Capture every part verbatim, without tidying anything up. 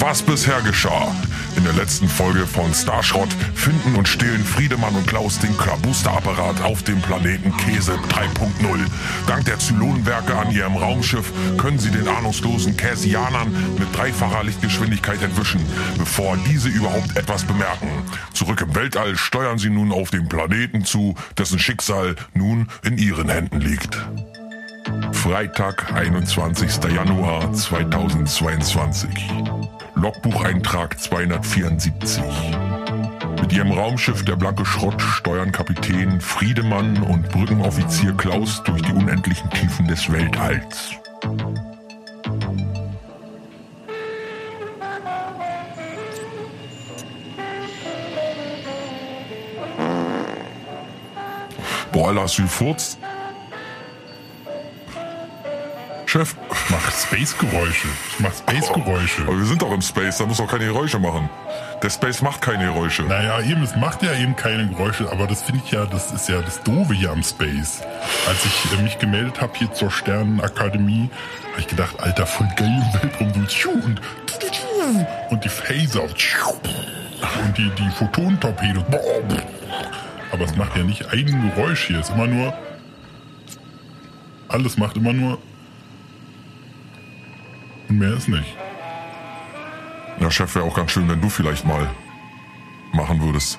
Was bisher geschah? In der letzten Folge von Starschrott finden und stehlen Friedemann und Klaus den Klabusterapparat auf dem Planeten Käse drei Punkt null. Dank der Zylonenwerke an ihrem Raumschiff können sie den ahnungslosen Käsianern mit dreifacher Lichtgeschwindigkeit entwischen, bevor diese überhaupt etwas bemerken. Zurück im Weltall steuern sie nun auf den Planeten zu, dessen Schicksal nun in ihren Händen liegt. Freitag, einundzwanzigster Januar zweitausendzweiundzwanzig. Logbucheintrag zweihundertvierundsiebzig. Mit ihrem Raumschiff der Blanke Schrott steuern Kapitän Friedemann und Brückenoffizier Klaus durch die unendlichen Tiefen des Weltalls. Boah, Alter, hast du gefurzt? Chef, ich mach Space-Geräusche. Ich mach Space-Geräusche. Aber wir sind doch im Space, da muss doch keine Geräusche machen. Der Space macht keine Geräusche. Naja, eben, es macht ja eben keine Geräusche, aber das finde ich ja, das ist ja das Doofe hier am Space. Als ich äh, mich gemeldet habe hier zur Sternenakademie, habe ich gedacht, Alter, voll geil im Weltraum, so und, und die Phaser und die, die Photonentorpedos. Aber es macht ja nicht ein Geräusch hier, es ist immer nur, alles macht immer nur, und mehr ist nicht. Ja, Chef, wäre auch ganz schön, wenn du vielleicht mal machen würdest.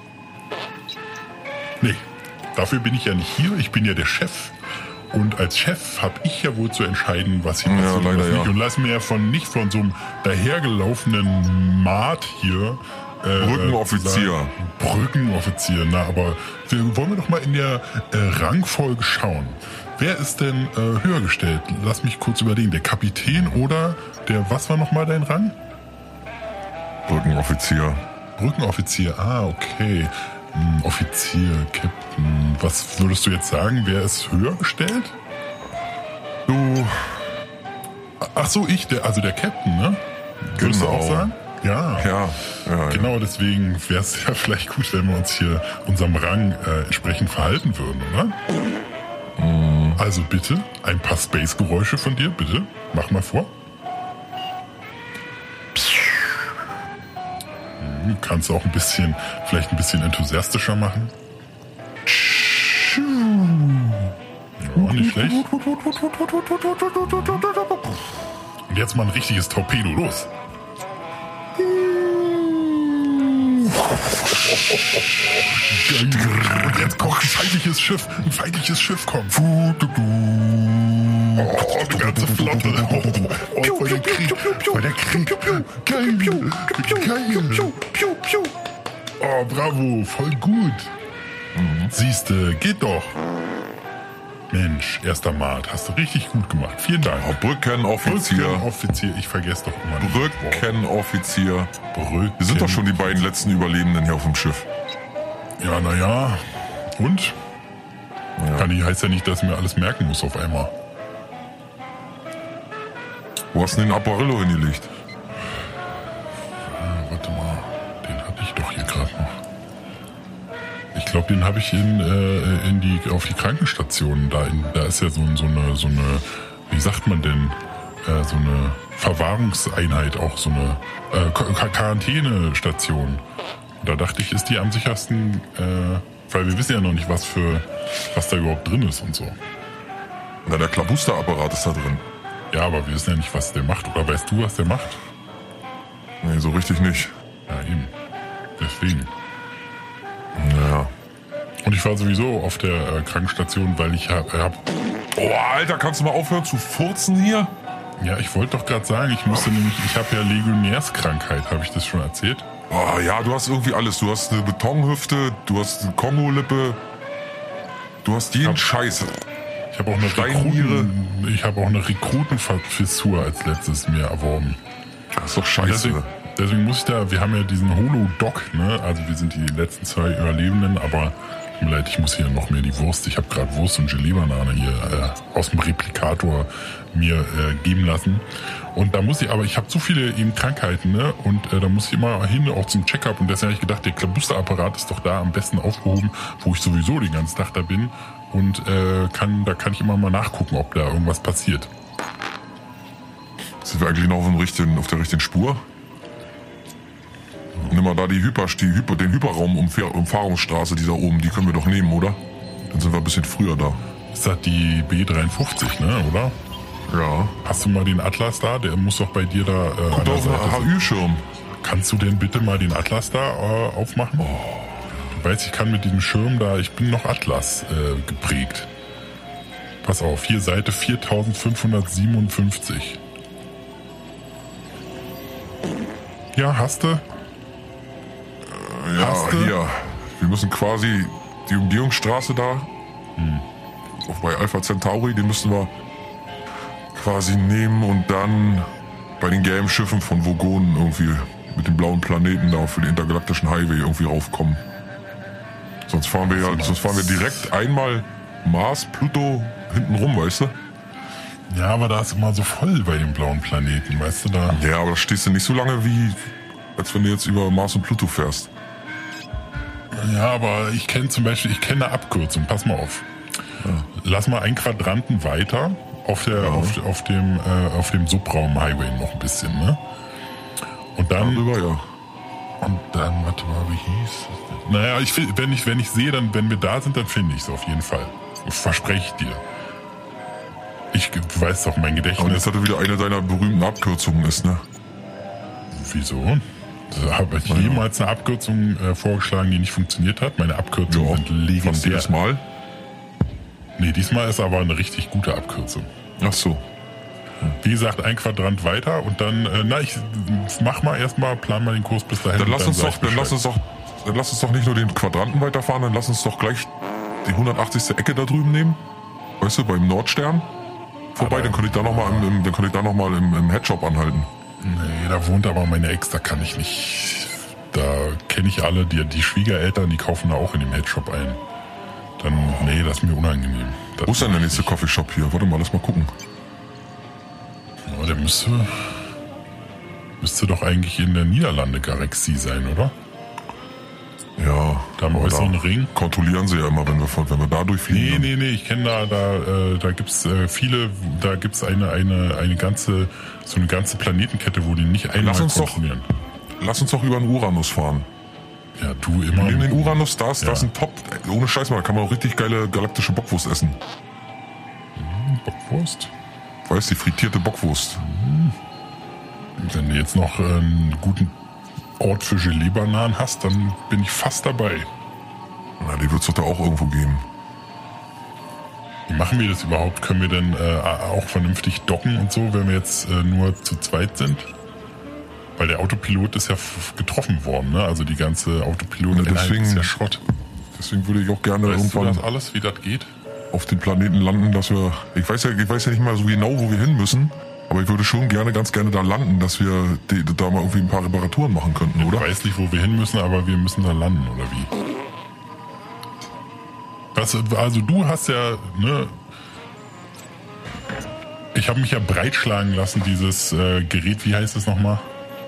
Nee, dafür bin ich ja nicht hier. Ich bin ja der Chef. Und als Chef habe ich ja wohl zu entscheiden, was hier passiert, ja, leider, was nicht. Ja. Und lass mir ja von nicht von so einem dahergelaufenen Maat hier äh, Brückenoffizier. Sagen, Brückenoffizier, na, aber wir, wollen wir doch mal in der äh, Rangfolge schauen. Wer ist denn äh, höher gestellt? Lass mich kurz überlegen. Der Kapitän oder der, was war nochmal dein Rang? Brückenoffizier. Brückenoffizier, ah, okay. Hm, Offizier, Captain. Was würdest du jetzt sagen? Wer ist höher gestellt? Du. Ach so, ich, der, also der Captain, ne? Würdest genau. du auch sagen? Ja. Ja, ja genau, ja. Deswegen wäre es ja vielleicht gut, wenn wir uns hier unserem Rang äh, entsprechend verhalten würden, oder? Mhm. Also bitte, ein paar Space-Geräusche von dir, bitte. Mach mal vor. Hm, kannst du auch ein bisschen, vielleicht ein bisschen enthusiastischer machen? Ja, nicht schlecht. Und jetzt mal ein richtiges Torpedo, los. Und jetzt kommt ein feindliches Schiff. Ein feindliches Schiff kommt. Oh, die ganze Flotte. Oh, voll der Krieg. Voll der Krieg. Geil. Geil. Oh, bravo. Voll gut. Siehste, geht doch. Mensch, erster Mart, hast du richtig gut gemacht. Vielen Dank. Oh, Brückenoffizier. Brückenoffizier, ich vergesse doch immer nicht. Brückenoffizier. Brücken. Wir sind doch schon die beiden letzten Überlebenden hier auf dem Schiff. Ja, naja. Und? Ja. Kann ich, heißt ja nicht, dass ich mir alles merken muss auf einmal. Wo hast du den Apparillo hingelegt? Ah, warte mal, den hatte ich doch hier gerade noch. Ich glaube, den habe ich in, äh, in die, auf die Krankenstation. Da, in, da ist ja so, so, eine, so eine, wie sagt man denn, äh, so eine Verwahrungseinheit, auch so eine äh, Quarantänestation. Da dachte ich, ist die am sichersten, äh, weil wir wissen ja noch nicht, was für, was da überhaupt drin ist und so. Na, der Klabusterapparat ist da drin. Ja, aber wir wissen ja nicht, was der macht. Oder weißt du, was der macht? Nee, so richtig nicht. Ja, eben. Deswegen. Naja. Und ich war sowieso auf der äh, Krankenstation, weil ich hab, hab... Oh, Alter, kannst du mal aufhören zu furzen hier? Ja, ich wollte doch gerade sagen, ich musste nämlich... Ich habe ja Legionärskrankheit, habe ich das schon erzählt? Oh, ja, du hast irgendwie alles. Du hast eine Betonhüfte, du hast eine Kongo-Lippe, du hast jeden hab, Scheiß. Ich habe auch eine Rekruten, ich habe auch eine Rekrutenfissur als letztes mir erworben. Das ist doch scheiße. Deswegen, deswegen muss ich da, wir haben ja diesen Holo-Doc, ne? Also wir sind die letzten zwei Überlebenden, aber tut mir leid, ich muss hier noch mehr die Wurst. Ich habe gerade Wurst und Gelee-Banane hier äh, aus dem Replikator mir äh, geben lassen. Und da muss ich, aber ich habe so viele eben Krankheiten, ne? Und äh, da muss ich immer hin, auch zum Check-up. Und deswegen habe ich gedacht, der Klabusterapparat ist doch da am besten aufgehoben, wo ich sowieso den ganzen Tag da bin. Und äh, kann, da kann ich immer mal nachgucken, ob da irgendwas passiert. Sind wir eigentlich noch auf, dem richtigen, auf der richtigen Spur? Nimm mal da die Hyper, die Hyper, den Hyperraum-Umfahrungsstraße, die da oben, die können wir doch nehmen, oder? Dann sind wir ein bisschen früher da. Ist das die B dreiundfünfzig, ne, oder? Ja. Hast du mal den Atlas da? Der muss doch bei dir da äh, Guck an der doch, Seite H Ü-Schirm. Kannst du denn bitte mal den Atlas da äh, aufmachen? Oh. Du weißt, ich kann mit diesem Schirm da, ich bin noch Atlas äh, geprägt. Pass auf, hier Seite viertausendfünfhundertsiebenundfünfzig. Ja, hast du? Ja, hast du? hier. Wir müssen quasi die Umgehungsstraße da, hm. auch bei Alpha Centauri, die müssen wir quasi nehmen und dann bei den gelben Schiffen von Vogonen irgendwie mit den blauen Planeten da für den intergalaktischen Highway irgendwie raufkommen. Sonst fahren wir ja, sonst fahren wir direkt einmal Mars, Pluto hinten rum, weißt du? Ja, aber da ist immer so voll bei den blauen Planeten, weißt du da? Ja, aber da stehst du nicht so lange wie, als wenn du jetzt über Mars und Pluto fährst. Ja, aber ich kenne zum Beispiel, ich kenne eine Abkürzung, pass mal auf. Ja. Lass mal einen Quadranten weiter auf der, ja. auf, auf dem, äh, auf dem Subraum-Highway noch ein bisschen, ne? Und dann. Darüber, ja. Und dann, warte mal, wie hieß es? Naja, ich, wenn ich, wenn ich sehe, dann, wenn wir da sind, dann finde ich es auf jeden Fall. Das verspreche ich dir. Ich, du weißt doch, mein Gedächtnis. Und jetzt hatte wieder eine deiner berühmten Abkürzungen ist, ne? Wieso? Habe ich jemals eine Abkürzung äh, vorgeschlagen, die nicht funktioniert hat? Meine Abkürzungen ja, sind legendär. Fast jedes Mal? Nee, diesmal ist aber eine richtig gute Abkürzung. Ach so. Wie gesagt, ein Quadrant weiter und dann, äh, na, ich mach mal erstmal, plan mal den Kurs bis dahin. Dann lass dann uns doch, dann lass uns doch, dann lass uns doch nicht nur den Quadranten weiterfahren, dann lass uns doch gleich die hundertachtzigste Ecke da drüben nehmen. Weißt du, beim Nordstern. Vorbei, aber dann könnte ich da nochmal im, im, dann könnte ich da noch mal im, im Headshop anhalten. Nee, da wohnt aber meine Ex, da kann ich nicht. Da kenne ich alle, die, die Schwiegereltern, die kaufen da auch in dem Headshop ein. Dann, nee, das ist mir unangenehm. Das Wo ist denn der nächste Coffeeshop hier? Warte mal, lass mal gucken. Ja, der müsste, müsste doch eigentlich in der Niederlande-Galaxie sein, oder? Ja. Da am äußeren Ring. Kontrollieren sie ja immer, wenn wir, von, wenn wir da durchfliegen. Nee, nee, nee, ich kenne da, da, äh, da gibt's äh, viele, da gibt's eine, eine, eine ganze, so eine ganze Planetenkette, wo die nicht einmal lass uns kontrollieren. Doch, lass uns doch über den Uranus fahren. Ja, du immer. Wir nehmen den Uranus, da ist, ja. da ist ein Top, ohne Scheiß mal, da kann man auch richtig geile galaktische Bockwurst essen. Hm, Bockwurst? Weißt du, die frittierte Bockwurst. Hm. Wenn du jetzt noch einen guten Ort für Gelee-Bananen hast, dann bin ich fast dabei. Na, die wird es doch da auch irgendwo geben. Wie machen wir das überhaupt? Können wir denn äh, auch vernünftig docken und so, wenn wir jetzt äh, nur zu zweit sind? Weil der Autopilot ist ja f- getroffen worden, ne? Also die ganze Autopilot ja, deswegen, ist ja Schrott. Deswegen würde ich auch gerne weißt irgendwann du das alles, wie das geht? Auf den Planeten landen, dass wir. Ich weiß ja, ich weiß ja nicht mal so genau, wo wir hin müssen. Aber ich würde schon gerne, ganz gerne da landen, dass wir die, da mal irgendwie ein paar Reparaturen machen könnten, oder? Ich weiß nicht, wo wir hin müssen, aber wir müssen da landen, oder wie? Was, also du hast ja, ne? Ich habe mich ja breitschlagen lassen, dieses äh, Gerät, wie heißt es nochmal?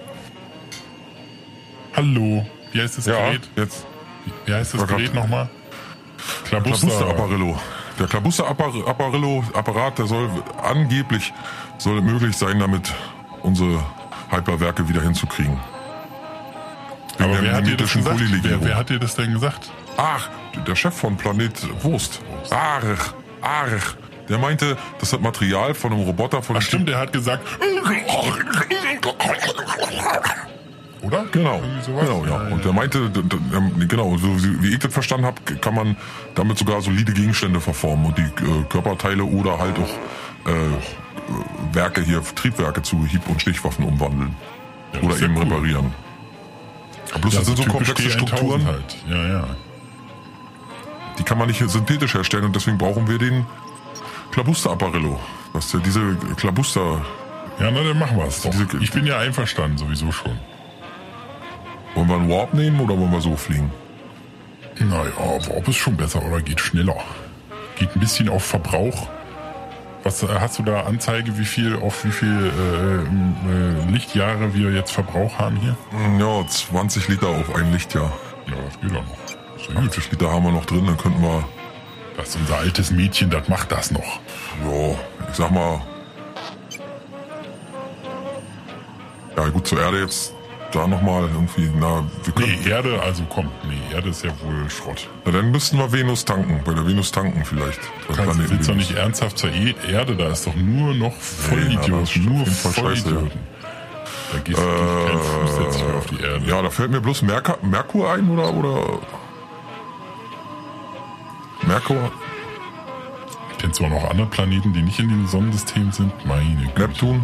Hallo, wie heißt das ja, Gerät? Jetzt. Wie heißt das Gerät nochmal? Klabuster-Apparillo. Der Klabuster-Apparillo-Apparat, der soll angeblich soll möglich sein, damit unsere Hyperwerke wieder hinzukriegen. Wegen aber wer hat dir das gesagt? Wer, wer hat dir das denn gesagt? Ach, der Chef von Planet Wurst. Arch, Arch. Der meinte, das hat Material von einem Roboter von... Ach stimmt, der hat gesagt... Oder? Genau, genau, ja. Und der meinte, genau, so wie ich das verstanden habe, kann man damit sogar solide Gegenstände verformen und die äh, Körperteile oder halt auch äh, Werke hier, Triebwerke zu Hieb- und Stichwaffen umwandeln. Ja, oder eben ja cool. reparieren. Aber bloß ja, das sind so komplexe Strukturen. Halt. Ja, ja. Die kann man nicht synthetisch herstellen und deswegen brauchen wir den Klabuster-Apparillo. Was ja diese Klabuster... Ja, na dann machen wir es doch. Ich bin ja einverstanden, sowieso schon. Wollen wir einen Warp nehmen oder wollen wir so fliegen? Naja, Warp ist schon besser oder geht schneller. Geht ein bisschen auf Verbrauch. Was hast du da Anzeige, wie viel auf wie viel äh, äh, Lichtjahre wir jetzt Verbrauch haben hier? Ja, zwanzig Liter auf ein Lichtjahr. Ja, das geht auch noch. So achtzig Liter haben wir noch drin, dann könnten wir... Das ist unser altes Mädchen, das macht das noch. Ja, ich sag mal... Ja gut, zur Erde jetzt da nochmal irgendwie, na, wir können... Nee, Erde, also komm, nee, Erde ist ja wohl Schrott. Na, dann müssten wir Venus tanken, bei der Venus tanken vielleicht. Du kannst jetzt doch nicht ernsthaft zur Erde, da ist doch nur noch Vollidioten, nee, nur Vollidioten. Da gehst du äh, keinen Fuß jetzt mehr auf die Erde. Ja, da fällt mir bloß Merkur, Merkur ein, oder, oder... Merkur? Kennst du auch noch andere Planeten, die nicht in dem Sonnensystem sind? Meine Güte. Neptun?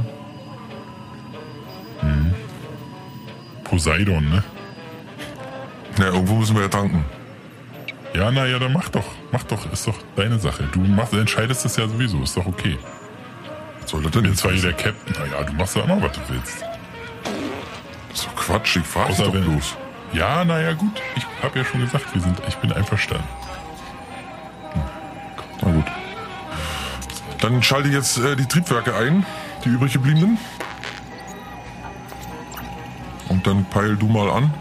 Hm. Poseidon, ne? Ja, irgendwo müssen wir ja tanken. Ja, naja, dann mach doch. Mach doch, ist doch deine Sache. Du machst, entscheidest das ja sowieso, ist doch okay. Was soll das denn jetzt? Jetzt war hier der Captain. Naja, du machst ja immer, was du willst. Das ist doch Quatsch, ich fahr doch bloß. Ja, naja, gut. Ich hab ja schon gesagt, wir sind, ich bin einverstanden. Hm. Na gut. Dann schalte ich jetzt äh, die Triebwerke ein, die übrig gebliebenen. Und dann peil du mal an.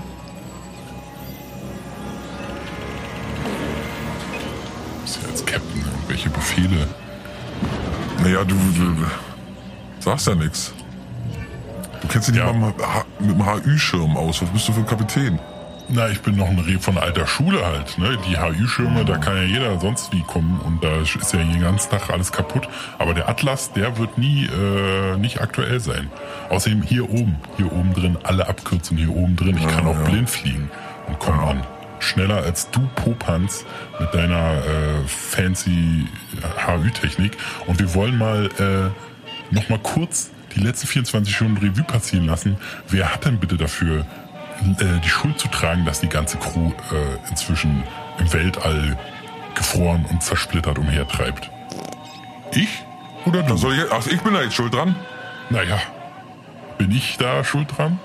Du bist ja als Captain, irgendwelche Befehle. Naja, du, du sagst ja nichts. Du kennst dich ja nicht mal mit dem H Ü-Schirm aus. Was bist du für ein Kapitän? Na, ich bin noch ein Reh von alter Schule halt. Ne? Die H Ü-Schirme, mhm. da kann ja jeder sonst wie kommen und da ist ja den ganzen Tag alles kaputt. Aber der Atlas, der wird nie äh, nicht aktuell sein. Außerdem hier oben, hier oben drin, alle Abkürzungen hier oben drin. Ich ja, kann auch ja. blind fliegen und komm ja. an. Schneller als du, Popanz, mit deiner äh, fancy H Ü-Technik. Und wir wollen mal äh, noch mal kurz die letzten vierundzwanzig Stunden Revue passieren lassen. Wer hat denn bitte dafür äh, die Schuld zu tragen, dass die ganze Crew äh, inzwischen im Weltall gefroren und zersplittert umhertreibt? Ich oder du? Soll ich, ach, ich bin da jetzt schuld dran? Naja, bin ich da schuld dran?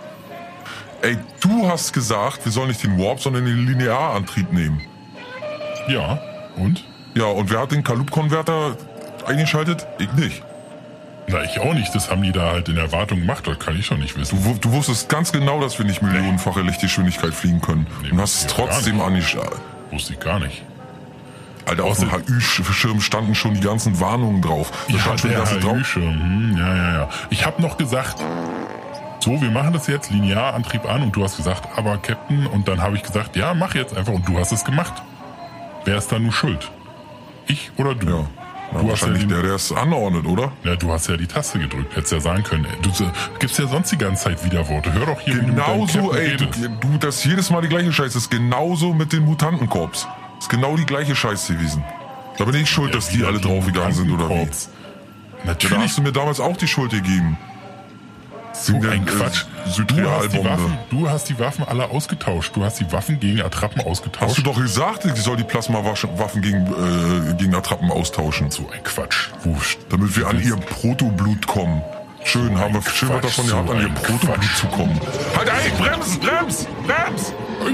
Ey, du hast gesagt, wir sollen nicht den Warp, sondern den Linearantrieb nehmen. Ja, und? Ja, und wer hat den Kalup-Konverter eingeschaltet? Ich nicht. Na, ich auch nicht. Das haben die da halt in Erwartung gemacht. Das kann ich doch nicht wissen. Du, du wusstest ganz genau, dass wir nicht millionenfache Lichtgeschwindigkeit fliegen können. Nee, und hast es trotzdem angeschaltet. Wusste ich gar nicht. Alter, auf dem H Ü-Schirm standen schon die ganzen Warnungen drauf. Da ja, stand schon der die ganze H Ü-Schirm. Hm, ja, ja, ja. Ich habe noch gesagt, so, wir machen das jetzt, Linearantrieb an. Und du hast gesagt, aber Captain. Und dann habe ich gesagt, ja, mach jetzt einfach. Und du hast es gemacht. Wer ist da nur schuld? Ich oder du? Ja. Na, du wahrscheinlich hast ja den, der, der es anordnet, oder? Ja, du hast ja die Taste gedrückt. Hättest ja sagen können. Du, du gibst ja sonst die ganze Zeit Widerworte. Hör doch hier, genauso, ey, du, du, das ist jedes Mal die gleiche Scheiße. Das ist genauso mit den Mutantenkorps. Das ist genau die gleiche Scheiße gewesen. Da bin ich schuld, ja, dass die alle draufgegangen sind, oder wie? Natürlich. Ja, da hast du mir damals auch die Schuld gegeben. So ein Quatsch. Du hast, die Waffen, du hast die Waffen alle ausgetauscht. Du hast die Waffen gegen Attrappen ausgetauscht. Hast du doch gesagt, ich soll die Plasmawaffen gegen, äh, gegen Attrappen austauschen. So ein Quatsch. Wo Damit wir an ihr Protoblut kommen. Schön, so haben wir schön was davon gehabt, so an ihr Protoblut Quatsch. zu kommen. Halt, ey, brems, brems, brems!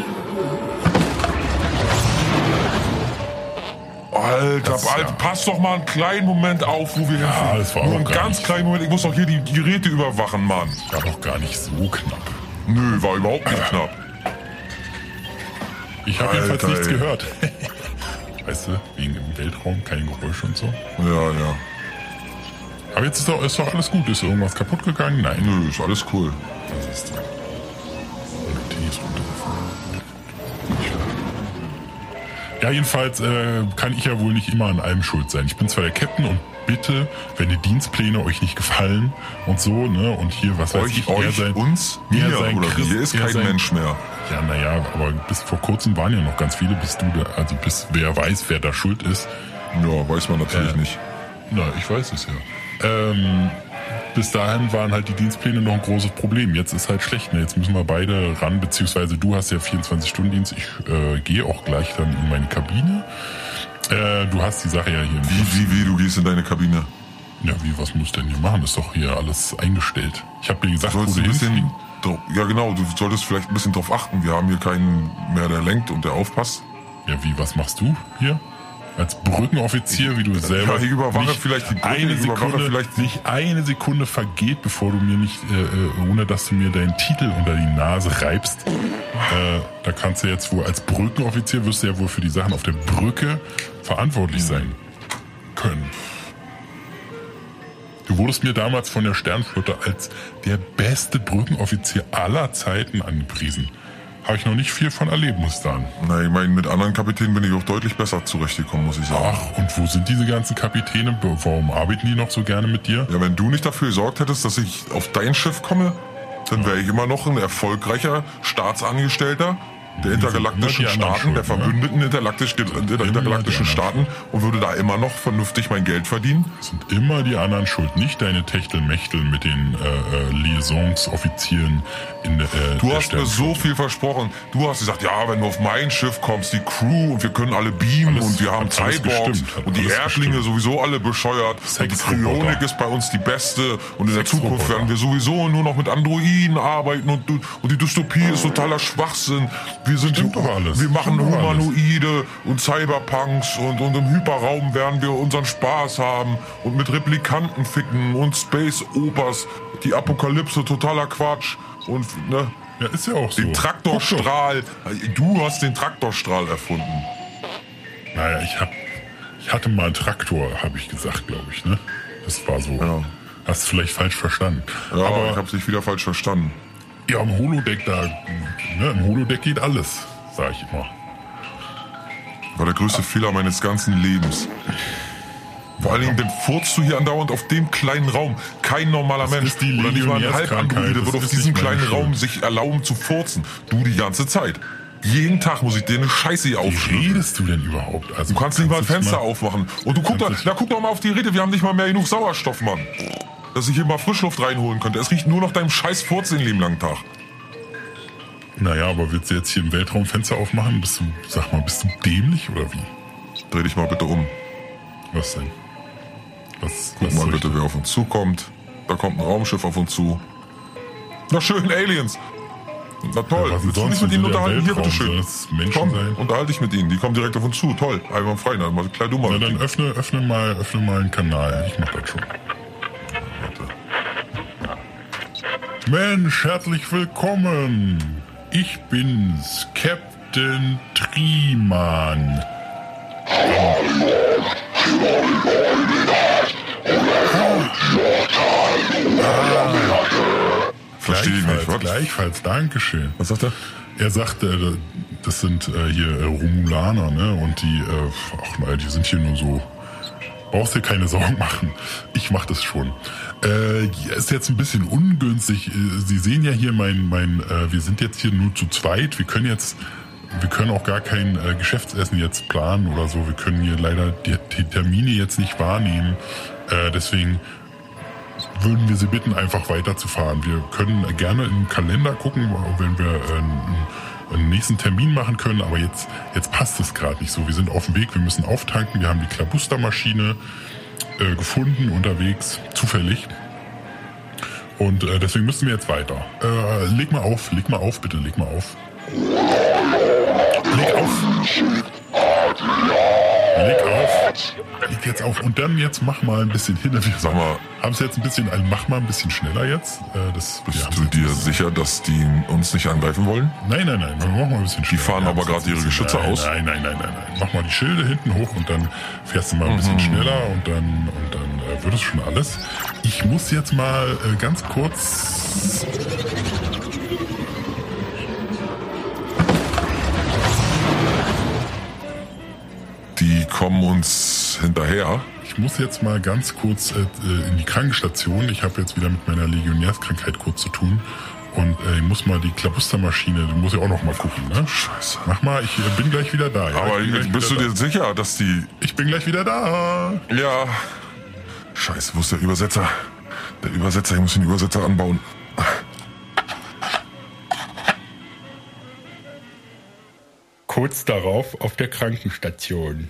Alter, das, Alter, ja. Pass doch mal einen kleinen Moment auf, wo wir ja, hinfahren. Das war Nur einen ganz nicht. kleinen Moment. Ich muss doch hier die Geräte überwachen, Mann. War doch gar nicht so knapp. Nö, war überhaupt nicht äh. knapp. Ich habe jedenfalls nichts ey. gehört. Weißt du, wegen im Weltraum, kein Geräusch und so. Ja, ja. Aber jetzt ist doch, ist doch alles gut. Ist irgendwas kaputt gegangen? Nein. Nö, ist alles cool. Das ist dann. Ja, jedenfalls äh, kann ich ja wohl nicht immer an allem schuld sein. Ich bin zwar der Captain und bitte, wenn die Dienstpläne euch nicht gefallen und so, ne, und hier, was weiß euch, ich, euch, er sein, uns, mir sein oder Christ, hier ist kein sein, Mensch mehr. Ja, naja, aber bis vor kurzem waren ja noch ganz viele, bis du da, also bis wer weiß, wer da schuld ist. Ja, weiß man natürlich äh, nicht. Na, ich weiß es ja. Ähm, bis dahin waren halt die Dienstpläne noch ein großes Problem. Jetzt ist halt schlecht, ne? Jetzt müssen wir beide ran, beziehungsweise du hast ja vierundzwanzig-Stunden-Dienst. Ich äh, gehe auch gleich dann in meine Kabine. Äh, du hast die Sache ja hier im Wie, wie, wie, du gehst in deine Kabine? Ja, wie, was musst du denn hier machen? Ist doch hier alles eingestellt. Ich habe dir gesagt, du wo du ein bisschen, drauf, ja genau, du solltest vielleicht ein bisschen drauf achten. Wir haben hier keinen mehr, der lenkt und der aufpasst. Ja, wie, was machst du hier? Als Brückenoffizier, wie du selber. Ja, ich überwache nicht vielleicht die Brücke, eine Sekunde, vielleicht nicht eine Sekunde vergeht, bevor du mir nicht, äh, ohne dass du mir deinen Titel unter die Nase reibst. Äh, da kannst du jetzt wohl als Brückenoffizier, wirst du ja wohl für die Sachen auf der Brücke verantwortlich sein können. Du wurdest mir damals von der Sternflotte als der beste Brückenoffizier aller Zeiten angepriesen. Habe ich noch nicht viel von erlebt, muss ich sagen. Na, ich meine, mit anderen Kapitänen bin ich auch deutlich besser zurechtgekommen, muss ich sagen. Ach, und wo sind diese ganzen Kapitäne? Warum arbeiten die noch so gerne mit dir? Ja, wenn du nicht dafür gesorgt hättest, dass ich auf dein Schiff komme, dann wäre ich immer noch ein erfolgreicher Staatsangestellter der intergalaktischen Staaten, schuld, der verbündeten ne? intergalaktisch, inter, intergalaktischen Staaten und würde da immer noch vernünftig mein Geld verdienen. Das sind immer die anderen schuld, nicht deine Techtelmechtel mit den äh, Liaisonsoffizieren in der äh, Du der hast mir so viel versprochen. Du hast gesagt, ja, wenn du auf mein Schiff kommst, die Crew und wir können alle beamen alles, und wir haben Cyborgs und die Erdlinge bestimmt. Sowieso alle bescheuert und die Kryonik ist bei uns die beste und in der Zukunft werden wir sowieso nur noch mit Androiden arbeiten und, und die Dystopie ist totaler Schwachsinn. Wir sind Stimmt doch alles. Wir machen Stimmt Humanoide und Cyberpunks und, und im Hyperraum werden wir unseren Spaß haben und mit Replikanten ficken und Space Opas. Die Apokalypse, totaler Quatsch. Und, ne? Ja, ist ja auch so. Den Traktorstrahl. Du hast den Traktorstrahl erfunden. Naja, ich hab, ich hatte mal einen Traktor, habe ich gesagt, glaube ich, ne? Das war so. Ja. Hast du vielleicht falsch verstanden. Ja, aber ich hab's nicht wieder falsch verstanden. Ja, im Holodeck da, ne, im Holodeck geht alles, sag ich immer. War der größte ja. Fehler meines ganzen Lebens. Vor allen Dingen, dann furzt du hier andauernd auf dem kleinen Raum. Kein normaler das Mensch ist die oder nicht mal ein Halbandroide wird auf diesem kleinen Schuld. Raum sich erlauben zu furzen. Du die ganze Zeit. Jeden Tag muss ich dir eine Scheiße hier aufschreiben. Wie redest du denn überhaupt? Also, du kannst nicht mal ein Fenster mal aufmachen. Und du guck doch, na, guck doch mal auf die Räte, wir haben nicht mal mehr genug Sauerstoff, Mann. Dass ich hier mal Frischluft reinholen könnte. Es riecht nur nach deinem scheiß Furz den lieben langen Tag. Naja, aber willst du jetzt hier im Weltraum Fenster aufmachen? Bist du, sag mal, bist du dämlich oder wie? Dreh dich mal bitte um. Was denn? Was, Guck was mal bitte, wer auf uns zukommt. Da kommt ein Raumschiff auf uns zu. Na schön, Aliens. Na toll, ja, willst du nicht mit ihnen unterhalten? Hier, bitteschön. Komm, sein? unterhalte dich mit ihnen. Die kommen direkt auf uns zu. Toll, einmal frei. Na, mal, klar, du mal. Na dann öffne, öffne, mal, öffne mal einen Kanal. Ich mach das schon. Mensch, herzlich willkommen. Ich bin's, Captain Triman. Verstehe ich nicht, was? Gleichfalls, Dankeschön. Was sagt er? Er sagte, das sind äh, hier äh, Romulaner, ne? Und die, äh, ach nein, die sind hier nur so. Brauchst dir keine Sorgen machen. Ich mach das schon. Äh, ist jetzt ein bisschen ungünstig. Sie sehen ja hier mein, mein, äh, wir sind jetzt hier nur zu zweit. Wir können jetzt, wir können auch gar kein äh, Geschäftsessen jetzt planen oder so. Wir können hier leider die, die Termine jetzt nicht wahrnehmen. Äh, deswegen würden wir Sie bitten, einfach weiterzufahren. Wir können gerne im Kalender gucken, wenn wir äh, einen, einen nächsten Termin machen können, aber jetzt, jetzt passt es gerade nicht so. Wir sind auf dem Weg, wir müssen auftanken, wir haben die Klabustermaschine äh, gefunden unterwegs, zufällig. Und äh, deswegen müssen wir jetzt weiter. Äh, leg mal auf, leg mal auf, bitte, leg mal auf. Leg auf. Leg auf. Leg jetzt auf. Und dann jetzt mach mal ein bisschen hin. Wir Sag mal, haben es jetzt ein bisschen, also mach mal ein bisschen schneller jetzt. Äh, das, bist du dir sicher, dass die uns nicht angreifen wollen? Nein, nein, nein. Mach mal ein bisschen schneller. Die fahren aber gerade ihre Geschütze nein, aus. Nein, nein, nein, nein, nein. Mach mal die Schilde hinten hoch und dann fährst du mal ein bisschen mhm. schneller und dann, und dann äh, wird es schon alles. Ich muss jetzt mal äh, ganz kurz... Die kommen uns hinterher. Ich muss jetzt mal ganz kurz äh, in die Krankenstation. Ich habe jetzt wieder mit meiner Legionärskrankheit kurz zu tun. Und äh, ich muss mal die Klabustermaschine, die muss ich auch noch mal gucken, ne? Scheiße. Mach mal, ich äh, bin gleich wieder da. Ja? Aber ich, bist du dir da. sicher, dass die... Ich bin gleich wieder da. Ja. Scheiße, wo ist der Übersetzer? Der Übersetzer, ich muss den Übersetzer anbauen. Kurz darauf auf der Krankenstation.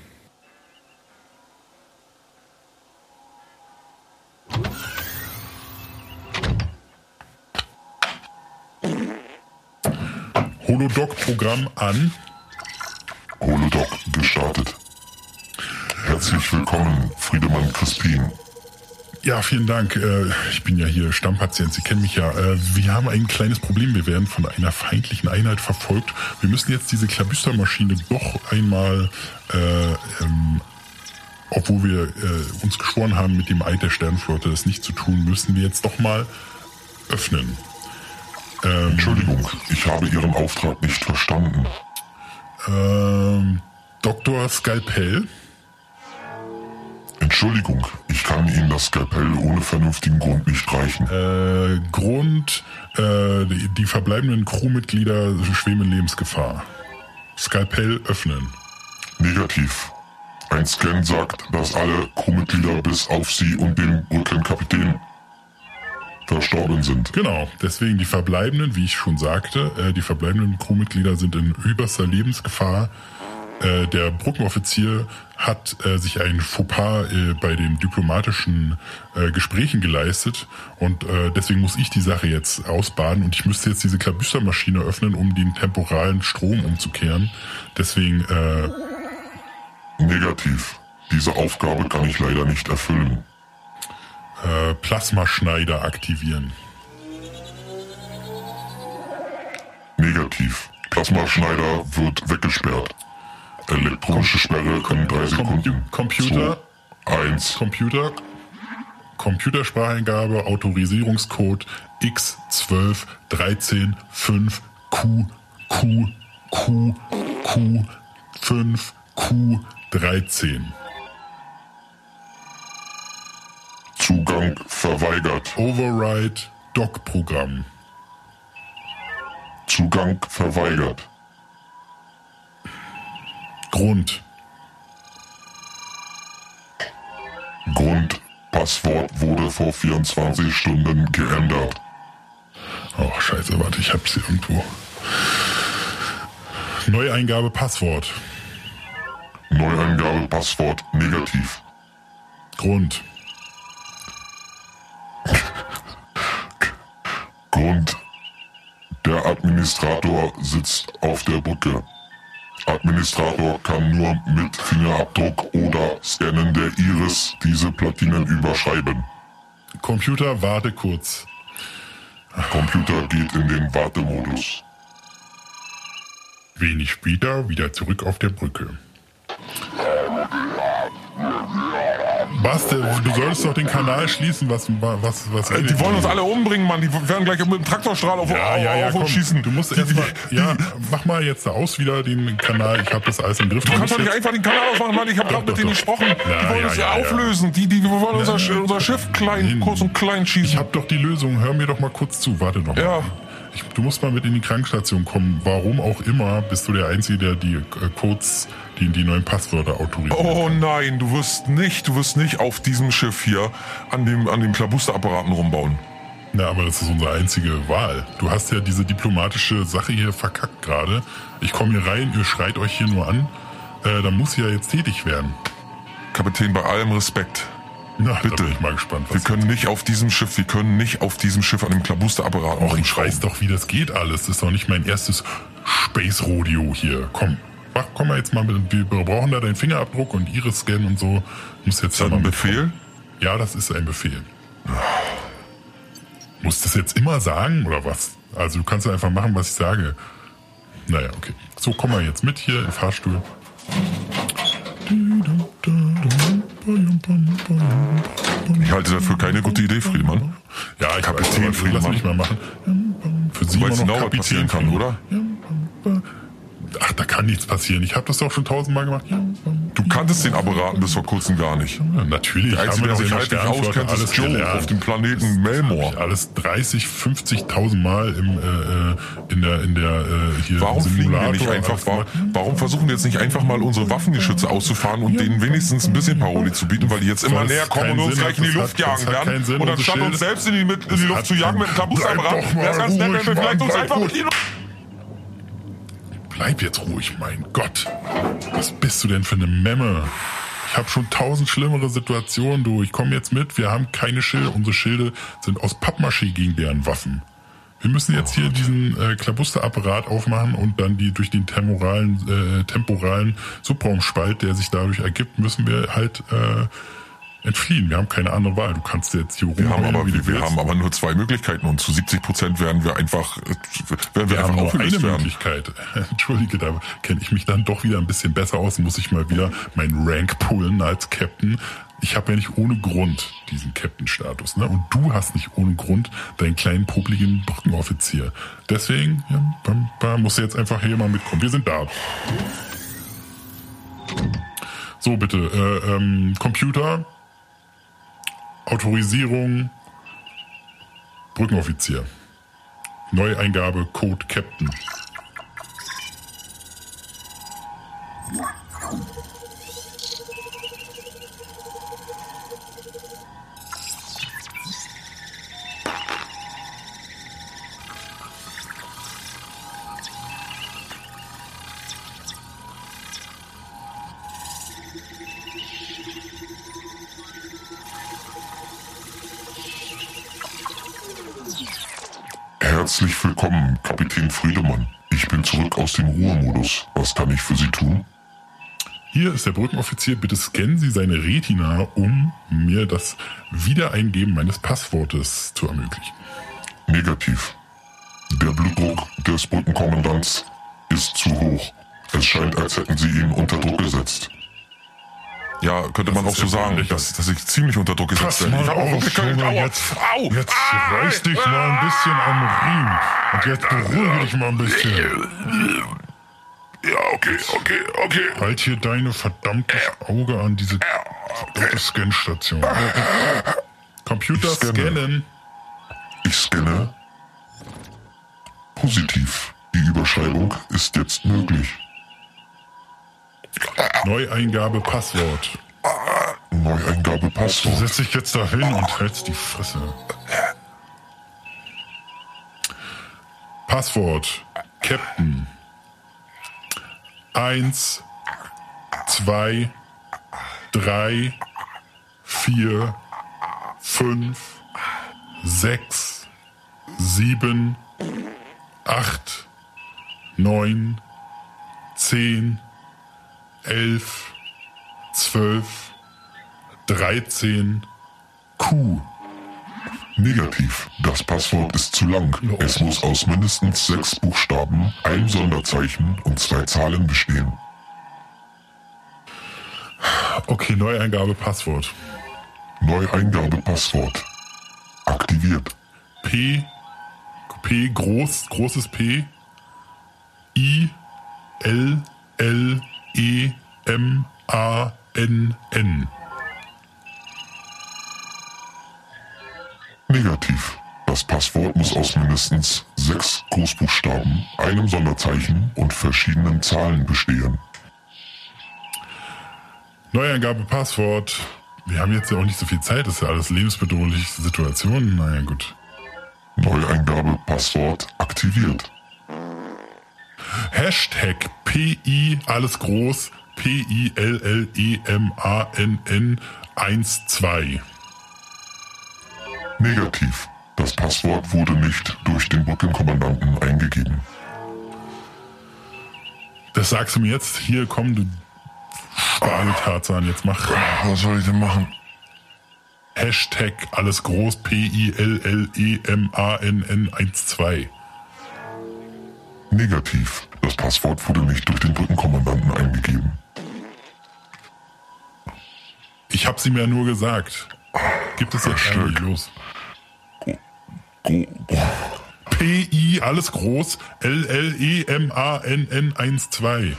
Holodoc-Programm an. Holodoc gestartet. Herzlich willkommen, Friedemann Crispin. Ja, vielen Dank. Ich bin ja hier Stammpatient. Sie kennen mich ja. Wir haben ein kleines Problem. Wir werden von einer feindlichen Einheit verfolgt. Wir müssen jetzt diese Klabustermaschine doch einmal äh, ähm, obwohl wir äh, uns geschworen haben, mit dem Eid der Sternenflotte das nicht zu tun, müssen wir jetzt doch mal öffnen. Ähm, Entschuldigung, ich habe Ihren Auftrag nicht verstanden. Ähm, Doktor Skalpell? Entschuldigung, ich kann Ihnen das Skalpell ohne vernünftigen Grund nicht reichen. Äh, Grund, äh, die, die verbleibenden Crewmitglieder schweben in Lebensgefahr. Skalpell öffnen. Negativ. Ein Scan sagt, dass alle Crewmitglieder bis auf Sie und den Brückenkapitän verstorben sind. Genau, deswegen die verbleibenden, wie ich schon sagte, äh, die verbleibenden Crewmitglieder sind in übelster Lebensgefahr. Äh, der Brückenoffizier hat äh, sich ein Fauxpas äh, bei den diplomatischen äh, Gesprächen geleistet und äh, deswegen muss ich die Sache jetzt ausbaden und ich müsste jetzt diese Klabüstermaschine öffnen, um den temporalen Strom umzukehren. Deswegen äh, Negativ. Diese Aufgabe kann ich leider nicht erfüllen. äh, Plasmaschneider aktivieren. Negativ. Plasmaschneider wird weggesperrt. Elektronische Sperre in drei Sekunden. Computer. Zwei, eins. Computer. Computerspracheingabe, Autorisierungscode X zwölf dreizehn fünf Q Q Q Q fünf Q dreizehn. Zugang verweigert. Override Doc-Programm. Zugang verweigert. Grund. Grund. Passwort wurde vor vierundzwanzig Stunden geändert. Oh, scheiße, warte, ich hab's hier irgendwo. Neueingabe Passwort. Neueingabe Passwort negativ. Grund. Grund. Der Administrator sitzt auf der Brücke. Administrator kann nur mit Fingerabdruck oder Scannen der Iris diese Platinen überschreiben. Computer, warte kurz. Computer geht in den Wartemodus. Wenig später wieder zurück auf der Brücke. Basti, du solltest doch den Kanal schließen, was was was. Äh, die wollen uns alle umbringen, Mann. Die werden gleich mit dem Traktorstrahl auf, ja, ja, ja, auf komm, uns schießen. Du musst erstmal, ja, mach mal jetzt aus wieder den Kanal. Ich habe das alles im Griff. Du du kannst doch nicht einfach den Kanal ausmachen, Mann. Ich habe gerade mit denen gesprochen. Ja, die wollen ja, uns ja, ja, auflösen. Ja. Die, die, die wollen unser, ja, unser Schiff klein, nein. kurz und klein schießen. Ich habe doch die Lösung. Hör mir doch mal kurz zu. Warte doch mal. Ja. Ich, du musst mal mit in die Krankenstation kommen. Warum auch immer bist du der Einzige, der die äh, Codes, die, die neuen Passwörter autorisiert. Oh nein, du wirst nicht, du wirst nicht auf diesem Schiff hier an dem, an den Klabusterapparaten rumbauen. Na, aber das ist unsere einzige Wahl. Du hast ja diese diplomatische Sache hier verkackt gerade. Ich komme hier rein, ihr schreit euch hier nur an. Äh, dann muss ich ja jetzt tätig werden. Kapitän, bei allem Respekt. Na, bitte. Da bin ich mal gespannt. Was wir können nicht auf diesem Schiff, wir können nicht auf diesem Schiff an dem Klabusterapparat Och, ich weiß doch, wie das geht alles. Das ist doch nicht mein erstes Space Rodeo hier. Komm, mach, komm mal jetzt mal mit. Wir brauchen da deinen Fingerabdruck und Iris-Scan und so. Muss jetzt ist das mal ein Befehl? Ja, das ist ein Befehl. Muss das jetzt immer sagen oder was? Also du kannst einfach machen, was ich sage. Naja, okay. So, komm mal jetzt mit hier im Fahrstuhl. Ich halte dafür keine gute Idee, Friedemann. Ja, ich Kapitän weiß, Friedemann. Lass mich mal machen. Für Sie Du weißt immer noch genau, was passieren kann, oder? Ach, da kann nichts passieren. Ich habe das doch schon tausendmal gemacht. Du kanntest den Apparaten bis vor kurzem gar nicht. Ja, natürlich. Der Einzige, der sich halbwegs auskennt, ist Joe gelernt. auf dem Planeten Melmore. Alles dreißig, fünfzigtausend Mal im, äh, in der, in der, äh, hier Warum fliegen wir nicht Simulator, einfach, warum, warum versuchen wir jetzt nicht einfach mal unsere Waffengeschütze auszufahren und denen wenigstens ein bisschen Paroli zu bieten, weil die jetzt immer Das näher kommen keinen und uns Sinn gleich in die hat, Luft das jagen hat keinen werden Sinn, und unsere anstatt uns Schilde- selbst in die, mit, in die Das Luft hat zu jagen mit dem keinen- Klabusapparat, Bleib doch mal wäre es ganz nett, wenn ruhig, wir vielleicht Mann, uns bleib einfach ruhig. mit die Luft... Bleib jetzt ruhig, mein Gott. Was bist du denn für eine Memme? Ich habe schon tausend schlimmere Situationen, du. Ich komme jetzt mit, wir haben keine Schilde. Unsere Schilde sind aus Pappmaché gegen deren Waffen. Wir müssen jetzt hier diesen äh, Klabusterapparat aufmachen und dann die durch den temporalen, äh, temporalen Subraumspalt, der sich dadurch ergibt, müssen wir halt äh, entfliehen. Wir haben keine andere Wahl. Du kannst jetzt hier wir haben aber, wie du wir willst. haben aber nur zwei Möglichkeiten und zu siebzig Prozent werden wir einfach, werden wir, wir einfach haben nur aufgelöst eine werden. Möglichkeit. Entschuldige, da kenne ich mich dann doch wieder ein bisschen besser aus. Muss ich mal wieder meinen Rank pullen als Captain. Ich habe ja nicht ohne Grund diesen Captain-Status, ne? Und du hast nicht ohne Grund deinen kleinen, popligen Brückenoffizier. Deswegen ja, da, da musst du jetzt einfach hier mal mitkommen. Wir sind da. So, bitte. Äh, ähm, Computer, Autorisierung, Brückenoffizier. Neueingabe, Code Captain. Herzlich willkommen, Kapitän Friedemann. Ich bin zurück aus dem Ruhemodus. Was kann ich für Sie tun? Hier ist der Brückenoffizier. Bitte scannen Sie seine Retina, um mir das Wiedereingeben meines Passwortes zu ermöglichen. Negativ. Der Blutdruck des Brückenkommandants ist zu hoch. Es scheint, als hätten Sie ihn unter Druck gesetzt. Ja, könnte man auch so sagen, dass, dass ich ziemlich unter Druck gesetzt Pass werde. mal auf, Junge, jetzt, jetzt reiß dich mal ein bisschen am Riemen. Und jetzt beruhige dich mal ein bisschen. Ja, okay, okay, okay. Halt hier deine verdammtes Auge an diese verdammte Scanstation. Computer Ich scanne. scannen. Ich scanne. Positiv. Die Überschreibung ist jetzt möglich. Neueingabe Passwort. Neueingabe Du Passwort. setzt dich jetzt da hin und hältst die Fresse. Passwort. Captain. Eins, zwei, drei, vier, fünf, sechs, sieben, acht, neun, zehn, elf, zwölf, dreizehn, Q. Negativ. Das Passwort ist zu lang. Es muss aus mindestens sechs Buchstaben, einem Sonderzeichen und zwei Zahlen bestehen. Okay, Neueingabe Passwort. Neueingabe Passwort. Aktiviert. P, P, groß, großes P, I, L, L, E, M, A, N, N. Negativ. Das Passwort muss aus mindestens sechs Großbuchstaben, einem Sonderzeichen und verschiedenen Zahlen bestehen. Neueingabe Passwort. Wir haben jetzt ja auch nicht so viel Zeit, das ist ja alles lebensbedrohliche Situationen. Naja, gut. Neueingabe Passwort aktiviert. Hashtag P I, alles groß, P I L L E M A N N eins zwei. Negativ. Das Passwort wurde nicht durch den Brückenkommandanten eingegeben. Das sagst du mir jetzt? Hier, komm, du Spargeltarzan, jetzt mach. Was soll ich denn machen? Hashtag alles groß, P I L L E M A N N eins zwei. Negativ. Das Passwort wurde nicht durch den Brückenkommandanten eingegeben. Ich hab's ihm ja nur gesagt. Gibt es jetzt eigentlich los? P I, alles groß, L L E M A N N eins zwei.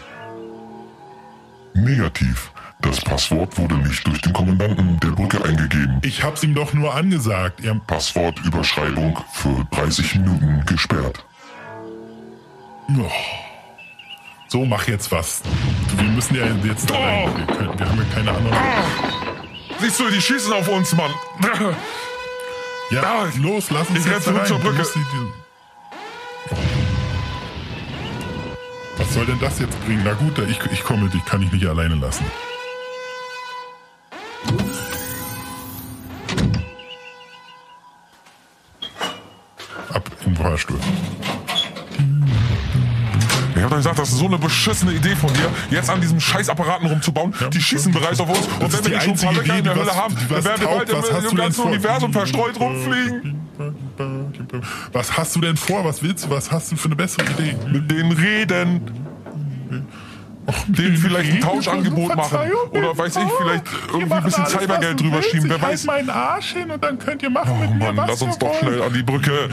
Negativ. Das Passwort wurde nicht durch den Kommandanten der Brücke eingegeben. Ich hab's ihm doch nur angesagt. Er Passwortüberschreibung für dreißig Minuten gesperrt. oh. So, mach jetzt was. Wir müssen ja jetzt da rein. Wir, können, wir haben ja keine andere. Siehst du, die schießen auf uns, Mann. Ja, Ah, los, lass uns ich jetzt renn zurück rein. zur Du Brücke. musst die- die- Oh. Was soll denn das jetzt bringen? Na gut, ich, ich komme, dich kann ich nicht alleine lassen. Ab in den Fahrstuhl. hab doch gesagt, das ist so eine beschissene Idee von dir, jetzt an diesen Scheißapparaten rumzubauen. Die schießen bereits auf uns. Und wenn wir nicht schon ein paar Löcher in der Hölle haben, dann werden wir bald im, im ganzen Universum verstreut rumfliegen. Was hast du denn vor? Was willst du? Was hast du für eine bessere Idee? Mit denen reden. Denen vielleicht ein Tauschangebot machen. Oder weiß ich, vielleicht irgendwie ein bisschen Cybergeld drüber schieben. Wer weiß. Ich halt meinen Arsch hin und dann könnt ihr machen Oh mit mir, Mann, was lass uns ihr doch wollt. schnell an die Brücke.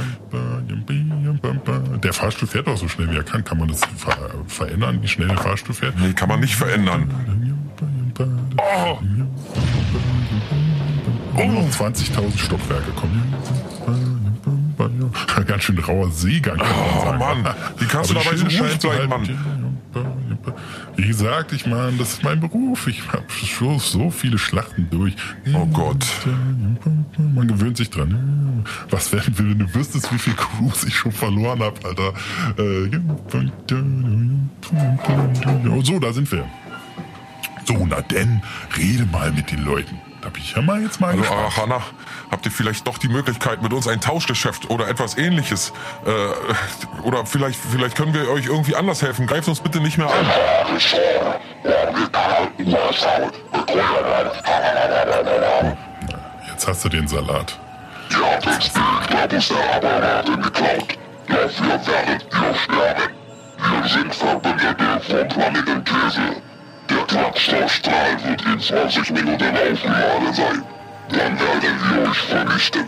Der Fahrstuhl fährt doch so schnell, wie er kann. Kann man das ver verändern, wie schnell der Fahrstuhl fährt? Nee, kann man nicht verändern. Oh. Oh, zwanzigtausend Stockwerke kommen. Ganz schön rauer Seegang, kann man Oh sagen. Mann, wie kannst du dabei so ruhig bleiben, Mann? Wie gesagt, ich meine, das ist mein Beruf. Ich habe schon so viele Schlachten durch. Oh Gott. Man gewöhnt sich dran. Was werden wir, wenn du wüsstest, wie viel Crews ich schon verloren habe, Alter. Oh, so, da sind wir. So, na denn, rede mal mit den Leuten. Da bin ich ja mal jetzt mal Hallo gespannt. Arachana, habt ihr vielleicht doch die Möglichkeit, mit uns ein Tauschgeschäft oder etwas ähnliches, äh, oder vielleicht, vielleicht können wir euch irgendwie anders helfen. Greift uns bitte nicht mehr an. Jetzt hast du den Salat. Wir sind Verbündete vom Planeten Käse. Der Klappstoffstrahl wird in zwanzig Minuten aufgeladen sein. Dann werden wir euch vernichten.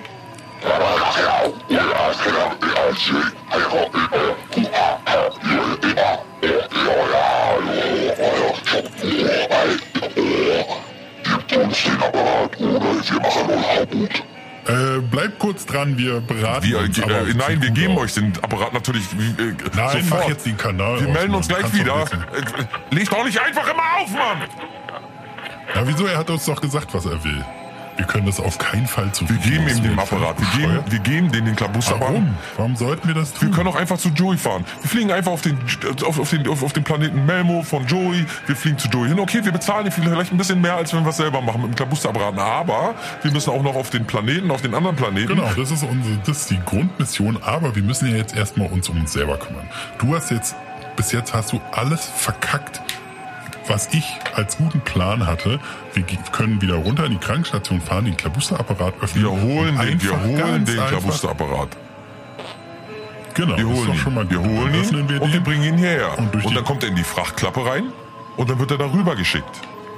Gebt uns den Apparat oder wir machen euch kaputt. Äh, bleibt kurz dran, wir beraten Wir, uns. äh, aber äh, nein, wir gut geben aus. euch den Apparat natürlich äh, Nein, sofort. mach jetzt den Kanal Wir aus, melden Mann. uns gleich Kannst doch wieder. wissen. Äh, leg doch nicht einfach immer auf, Mann! Ja, wieso? Er hat uns doch gesagt, was er will. Wir können das auf keinen Fall zu Wir geben ihm den Apparat. Wir geben, wir geben den den Klabusterapparat. Warum? Warum sollten wir das tun? Wir können auch einfach zu Joey fahren. Wir fliegen einfach auf den, auf, auf den, auf, auf den Planeten Melmo von Joey. Wir fliegen zu Joey hin. Okay, wir bezahlen ihn vielleicht ein bisschen mehr, als wenn wir es selber machen mit dem Klabusterapparat. Aber wir müssen auch noch auf den Planeten, auf den anderen Planeten. Genau, das ist unsere, das ist die Grundmission. Aber wir müssen ja jetzt erstmal uns um uns selber kümmern. Du hast jetzt, bis jetzt hast du alles verkackt, was ich als guten Plan hatte. Wir können wieder runter in die Krankenstation fahren, den Klabusterapparat öffnen. Wir holen und den, wir einfach holen ganz den einfach- Klabusterapparat. Genau, Wir das ist holen doch ihn. schon mal Wir gut. Dann holen ihn öffnen wir und wir den. bringen ihn hierher. Und Und, durch die- dann kommt er in die Frachtklappe rein und dann wird er darüber geschickt.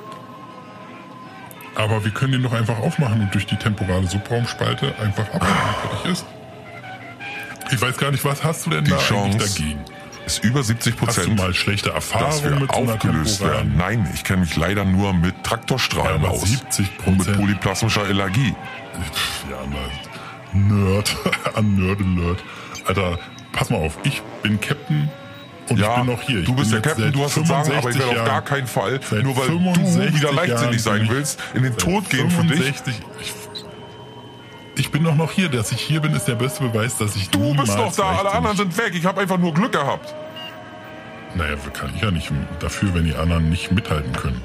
Aber wir können den doch einfach aufmachen und durch die temporale Subraumspalte einfach abmachen, fertig ist. Ich weiß gar nicht, was hast du denn Die da Chance eigentlich dagegen? ist über siebzig Hast du Prozent, mal schlechte dass Erfahrungen wir mit so einer aufgelöst werden. temporalen? Nein, ich kenne mich leider nur mit Traktorstrahlen Ja, aber aus. siebzig Und mit Prozent. polyplasmischer Allergie. Ja, na, Nerd. An Nerd Alert. Alter, pass mal auf. Ich bin Captain und Ja, ich bin noch hier. Ich du bist bin der jetzt Captain, seit du hast das Sagen, aber ich werde auf fünfundsechzig gar keinen Fall, Seit nur weil du fünfundsechzig wieder Jahren leichtsinnig bin sein ich- willst, in den seit Tod gehen für dich. fünfundsechzig Ich, ich bin doch noch hier. Dass ich hier bin, ist der beste Beweis, dass ich Du niemals bist doch da, alle leichtsinnig- anderen sind weg. Ich habe einfach nur Glück gehabt. Naja, kann ich ja nicht dafür, wenn die anderen nicht mithalten können.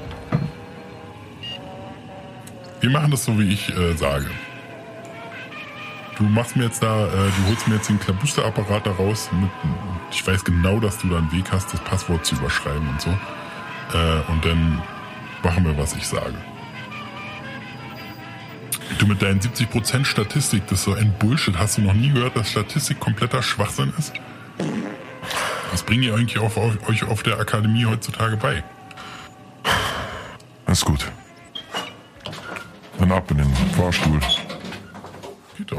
Wir machen das so, wie ich äh, sage. Du machst mir jetzt da, äh, du holst mir jetzt den Klabusterapparat da raus. Mit, ich weiß genau, dass du da einen Weg hast, das Passwort zu überschreiben und so. Äh, und dann machen wir, was ich sage. Du mit deinen siebzig Prozent Statistik, das ist so ein Bullshit. Hast du noch nie gehört, dass Statistik kompletter Schwachsinn ist? Was bringen die eigentlich auf, auf, euch auf der Akademie heutzutage bei? Ist gut. Dann ab in den Fahrstuhl. Geht doch.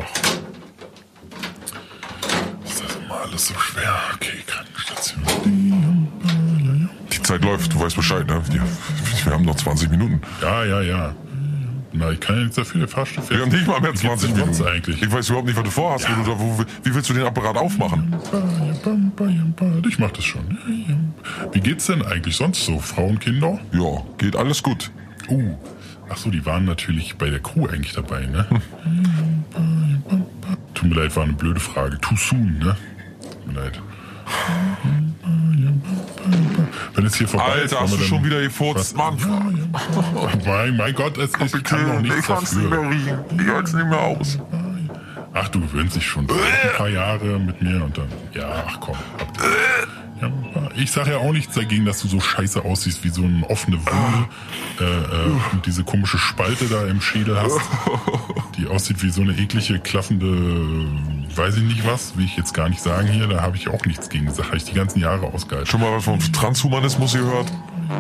Ist das immer alles so schwer? Okay, Krankenstation. Die Zeit läuft, du weißt Bescheid, ne? Wir, wir haben noch zwanzig Minuten. Ja, ja, ja. Na, ich kann ja nichts dafür, der Fahrstuhl fährt. Wir haben nicht mal mehr Wie geht's zwanzig denn sonst Minuten. eigentlich? Ich weiß überhaupt nicht, was du vorhast. Wo du da, wo, wie willst du den Apparat aufmachen? Ich mach das schon. Wie geht's denn eigentlich sonst so? Frauen, Kinder? Ja, geht alles gut. Uh. Ach so, die waren natürlich bei der Crew eigentlich dabei, ne? Tut mir leid, war eine blöde Frage. Too soon, ne? Tut mir leid. Wenn es hier vorbei ist, Alter, wollen hast wir du dann- schon wieder gefurzt, Mann? Mein, mein Gott, es, ich kann doch nichts ich kann's nicht dafür. mehr riechen. Ich halt's nicht mehr aus. Ach, du gewöhnst dich schon ein paar Jahre mit mir und dann, ja, ach komm. Ja, ich sage ja auch nichts dagegen, dass du so scheiße aussiehst wie so eine offene Wunde äh, äh, und diese komische Spalte da im Schädel hast, die aussieht wie so eine eklige, klaffende, weiß ich nicht was, will ich jetzt gar nicht sagen hier, da habe ich auch nichts gegen gesagt, habe ich die ganzen Jahre ausgehalten. Schon mal was vom Transhumanismus gehört?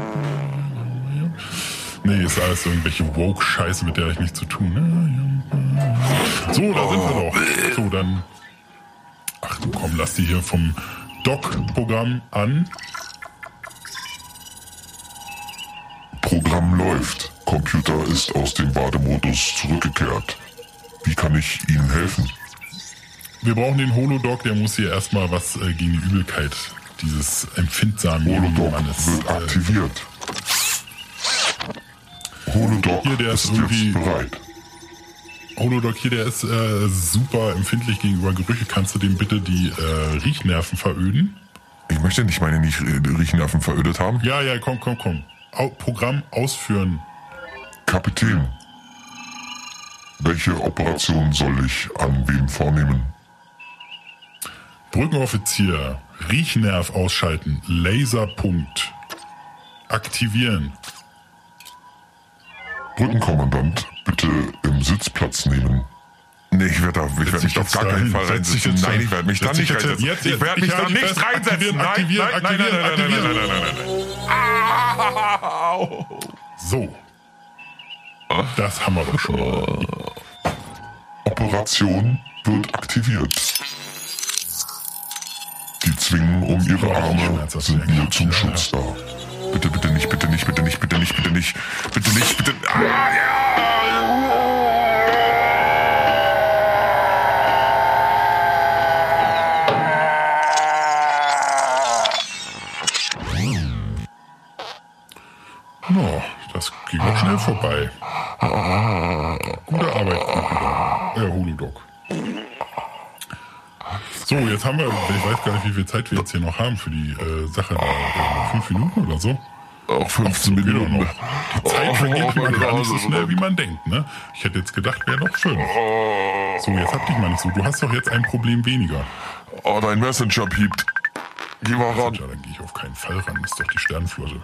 Nee, ist alles irgendwelche Woke-Scheiße, mit der ich nichts zu tun. So, da sind wir doch. So, dann... Ach du komm, lass die hier vom Doc-Programm an. Programm läuft. Computer ist aus dem Bademodus zurückgekehrt. Wie kann ich Ihnen helfen? Wir brauchen den Holodoc, der muss hier erstmal was äh, gegen die Übelkeit dieses empfindsamen Holodoc Mannes... wird Äh, aktiviert. Holodoc hier, der ist ist irgendwie... jetzt bereit. Holodoc hier, der ist äh, super empfindlich gegenüber Gerüche. Kannst du dem bitte die äh, Riechnerven veröden? Ich möchte nicht meine nicht, äh, Riechnerven verödet haben. Ja, ja, komm, komm, komm. Au- Programm ausführen. Kapitän, welche Operation soll ich an wem vornehmen? Brückenoffizier, Riechnerv ausschalten, Laserpunkt. Aktivieren. Brückenkommandant, bitte im Sitz Platz nehmen. Nee, ich werde da, ich werde mich auf gar keinen Fall reinsetzen. Nein, ich werde mich da nicht reinsetzen. Ich werde mich da nicht reinsetzen. Nein, aktivieren, nein, nein, nein, aktivieren, nein, nein, aktivieren. nein, nein, nein, nein, nein. Au. So. Das haben wir doch schon mal. Operation wird aktiviert. Die Zwingen um ihre Arme sind mir zum Schutz da. Bitte, bitte nicht, bitte nicht, bitte nicht, bitte nicht, bitte nicht, bitte nicht, bitte. Ah, ja. No, das ging auch schnell vorbei. Gute Arbeit, Computer. Äh, Holodoc. So, jetzt haben wir, ich weiß gar nicht, wie viel Zeit wir jetzt hier noch haben für die äh, Sache. Äh, fünf Minuten oder so? Auch fünfzehn Geht doch Minuten. noch. Die Zeit vergeht immer gar nicht so oh, schnell, wie man denkt, ne? Ich hätte jetzt gedacht, wäre noch fünf. So, jetzt hab dich mal nicht so. Du hast doch jetzt ein Problem weniger. Oh, dein Messenger piept. Geh mal ran. Ja, dann gehe ich auf keinen Fall ran. Das ist doch die Sternflotte.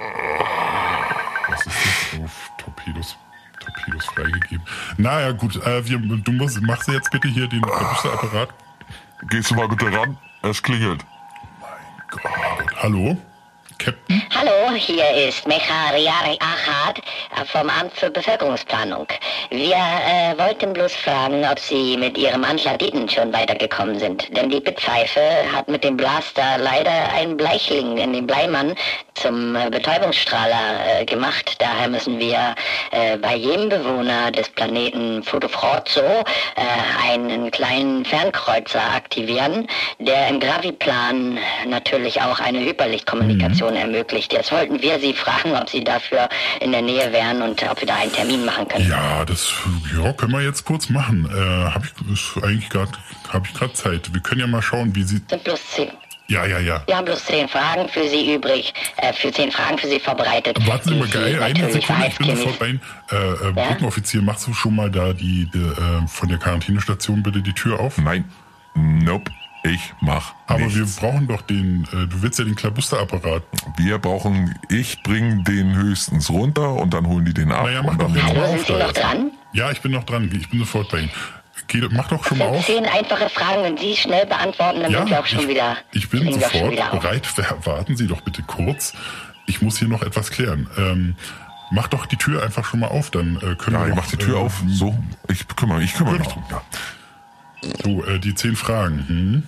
Was ist das? Auf Torpedos, Torpedos freigegeben. Naja, gut. Äh, wir, du musst, machst du jetzt bitte hier den Boosterapparat. Gehst du mal bitte ran? Es klingelt. Mein Gott, mein Gott. Hallo? Captain? Hallo, hier ist Mecha Riari Achat vom Amt für Bevölkerungsplanung. Wir äh, wollten bloß fragen, ob Sie mit Ihrem Anschladiten schon weitergekommen sind. Denn die Bitpfeife hat mit dem Blaster leider einen Bleichling in den Bleimann zum äh, Betäubungsstrahler äh, gemacht. Daher müssen wir äh, bei jedem Bewohner des Planeten Fotofrozzo äh, einen kleinen Fernkreuzer aktivieren, der im Graviplan natürlich auch eine Hyperlichtkommunikation ermöglicht. Jetzt wollten wir Sie fragen, ob Sie dafür in der Nähe wären und ob wir da einen Termin machen können. Ja, das ja, können wir jetzt kurz machen. Äh, habe ich ist eigentlich gerade habe ich gerade Zeit. Wir können ja mal schauen, wie Sie. Sind bloß zehn. Ja, ja, ja. Wir haben bloß zehn Fragen für Sie übrig, äh, für zehn Fragen für Sie vorbereitet. Warten Sie mal, die geil, eine natürlich Sekunde, ich bin wahrheitsgemäß- sofort bei Ihnen. Äh, äh, Ja? Brückenoffizier, machst du schon mal da die, die äh, von der Quarantänestation bitte die Tür auf? Nein. Nope. Ich mach Aber nichts. wir brauchen doch den, äh, du willst ja den Klabausterapparat. Wir brauchen, ich bring den höchstens runter und dann holen die den ab. Naja, mach und doch dann jetzt mal Hallo, auf sind Sie da noch jetzt. dran? Ja, ich bin noch dran, ich bin sofort bei Ihnen. Geh, mach doch schon mal Das auf. sind zehn einfache Fragen, wenn Sie schnell beantworten, dann Ja, sind wir auch schon ich, wieder. ich bin sind wir auch schon sofort wieder auf. bereit. Warten Sie doch bitte kurz. Ich muss hier noch etwas klären. Ähm, mach doch die Tür einfach schon mal auf, dann äh, können Ja, wir ich doch, mach die Tür äh, auf. So, ich kümmere, ich kümmere mich drum. Ja. So, äh, die zehn Fragen. Hm?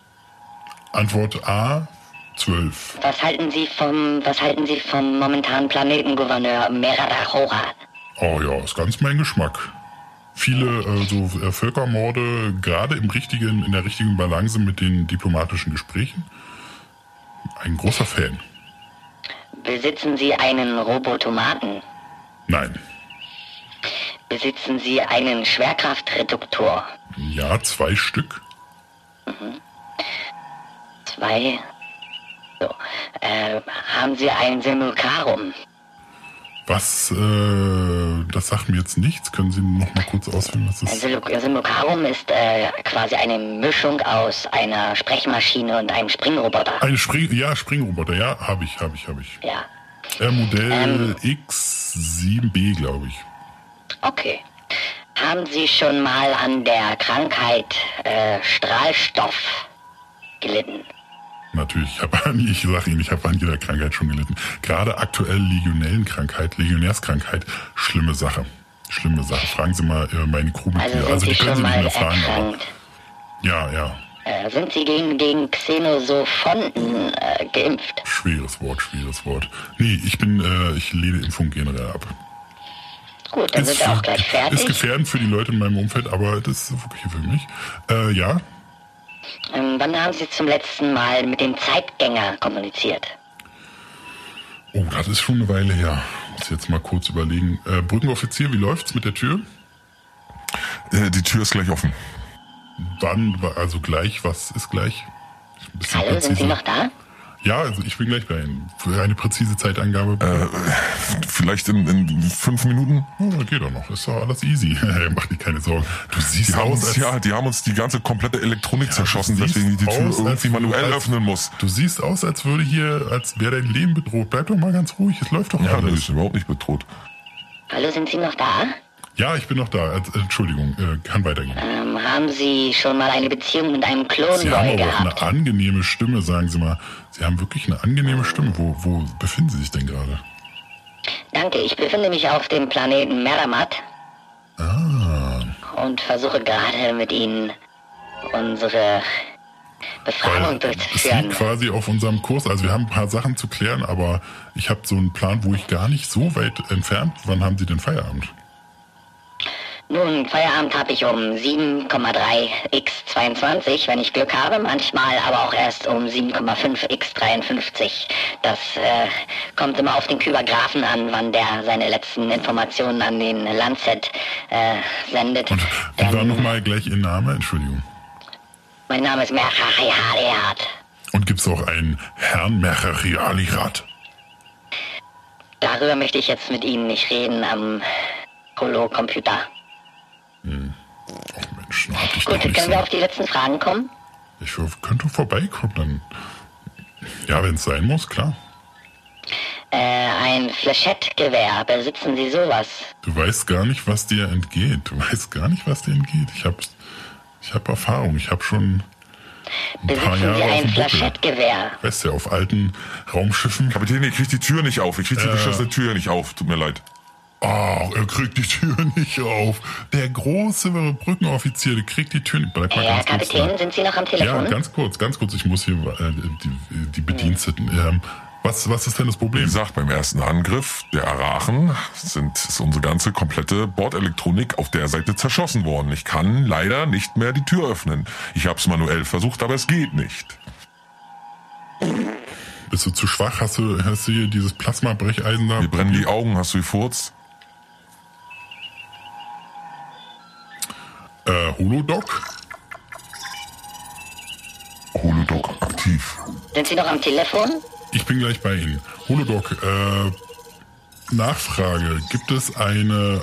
Antwort A, zwölf. Was halten Sie vom, was halten Sie vom momentanen Planetengouverneur Merarachora? Oh ja, ist ganz mein Geschmack. Viele äh, so äh, Völkermorde, gerade im richtigen, in der richtigen Balance mit den diplomatischen Gesprächen. Ein großer Fan. Besitzen Sie einen Robotomaten? Nein. Besitzen Sie einen Schwerkraftreduktor? Ja, zwei Stück. Zwei. So. Äh, haben Sie ein Simulcarum? Was, äh, das sagt mir jetzt nichts. Können Sie noch mal kurz ausführen, was das ist? Also Simulacrum ist äh, quasi eine Mischung aus einer Sprechmaschine und einem Springroboter. Ein Spring, ja, Springroboter, ja, habe ich, habe ich, habe ich. Ja. Äh, Modell Ähm. X sieben B, glaube ich. Okay. Haben Sie schon mal an der Krankheit äh, Strahlstoff gelitten? Natürlich, ich habe an, ich sage Ihnen, ich habe an jeder Krankheit schon gelitten. Gerade aktuell Legionellenkrankheit, Legionärskrankheit, schlimme Sache. Schlimme Sache. Fragen Sie mal äh, meine Crewmitglieder. Also sind Also Sie die können schon Sie nicht mal mehr fragen, aber erkrankt? ja, ja. Äh, sind Sie gegen, gegen Xenosophonen äh, geimpft? Schweres Wort, schweres Wort. Nee, ich bin, äh, ich lehne Impfung generell ab. Gut, dann sind wir auch gleich Ist fertig. gefährdend für die Leute in meinem Umfeld, aber das ist okay für mich. Äh, ja, Ähm, wann haben Sie zum letzten Mal mit dem Zeitgänger kommuniziert? oh, das ist schon eine Weile her. Muss jetzt mal kurz überlegen. Äh, Brückenoffizier, wie läuft's mit der Tür? Äh, die Tür ist gleich offen. Wann, war- also gleich, was ist gleich? Ein bisschen Hallo, sind Sie präziser. noch da? Ja, also ich bin gleich bei Ihnen. Für eine präzise Zeitangabe. Äh, vielleicht in, in fünf Minuten? oh, geht doch noch. Ist doch alles easy. Mach dir keine Sorgen. Du siehst Die haben, aus, uns, als, ja, die haben uns die ganze komplette Elektronik zerschossen, du siehst deswegen ich die Tür aus, als irgendwie du- manuell als- öffnen muss. Du siehst aus, als würde hier, als wäre dein Leben bedroht. Bleib doch mal ganz ruhig. Es läuft doch Ja, nee, alles. ist überhaupt nicht bedroht. Hallo, sind Sie noch da? Ja, ich bin noch da. Äh, Entschuldigung, äh, kann weitergehen. Ähm, haben Sie schon mal eine Beziehung mit einem Sie haben Klonboy aber auch gehabt? eine angenehme Stimme, sagen Sie mal. Sie haben wirklich eine angenehme Stimme. Wo, wo befinden Sie sich denn gerade? Danke, ich befinde mich auf dem Planeten Meramat Ah, und versuche gerade mit Ihnen unsere Befragung weil es durchzuführen. liegt quasi auf unserem Kurs. Also wir haben ein paar Sachen zu klären, aber ich habe so einen Plan, wo ich gar nicht so weit entfernt. Wann haben Sie denn Feierabend? Nun, Feierabend habe ich um sieben Komma drei x zweiundzwanzig, wenn ich Glück habe, manchmal aber auch erst um sieben Komma fünf x dreiundfünfzig. Das äh, kommt immer auf den Kybergraphen an, wann der seine letzten Informationen an den Lancet äh, sendet. Und wie war Ähm, nochmal gleich Ihr Name? Entschuldigung. mein Name ist Merchari Halehat. Und gibt es auch einen Herrn Mecheri Alirat? Darüber möchte ich jetzt mit Ihnen nicht reden am Holo-Computer. Oh Mensch, na, hab ich Gut, doch nicht können so. wir auf die letzten Fragen kommen? Ich könnte vorbeikommen dann. Ja, wenn es sein muss, klar. Äh, ein Flächettgewehr, besitzen Sie sowas? Du weißt gar nicht, was dir entgeht. Du weißt gar nicht, was dir entgeht. Ich habe ich hab Erfahrung. Ich habe schon ein paar Besitzen Jahre Sie auf ein dem Buckel. Flächettgewehr? Weißt du, auf alten Raumschiffen. Kapitän, ich krieg die Tür nicht auf. Ich krieg die Äh. beschissene Tür nicht auf. Tut mir leid. Oh, er kriegt die Tür nicht auf. Der große Brückenoffizier, der kriegt die Tür nicht. Bleib mal Ja, ganz kurz Kapitän, da. sind Sie noch am Ja, Telefon? ganz kurz, ganz kurz. Ich muss hier äh, die, die Bediensteten. Ähm, was, was ist denn das Wie Problem? gesagt, beim ersten Angriff der Arachen sind, ist unsere ganze komplette Bordelektronik auf der Seite zerschossen worden. Ich kann leider nicht mehr die Tür öffnen. Ich habe es manuell versucht, aber es geht nicht. Bist du zu schwach? Hast du, hast du hier dieses Plasma-Brecheisen da? Mir brennen die Augen. Hast du gefurzt? Äh, Holodoc? Holodoc aktiv. Sind Sie noch am Telefon? Ich bin gleich bei Ihnen. Holodoc, äh, Nachfrage. Gibt es eine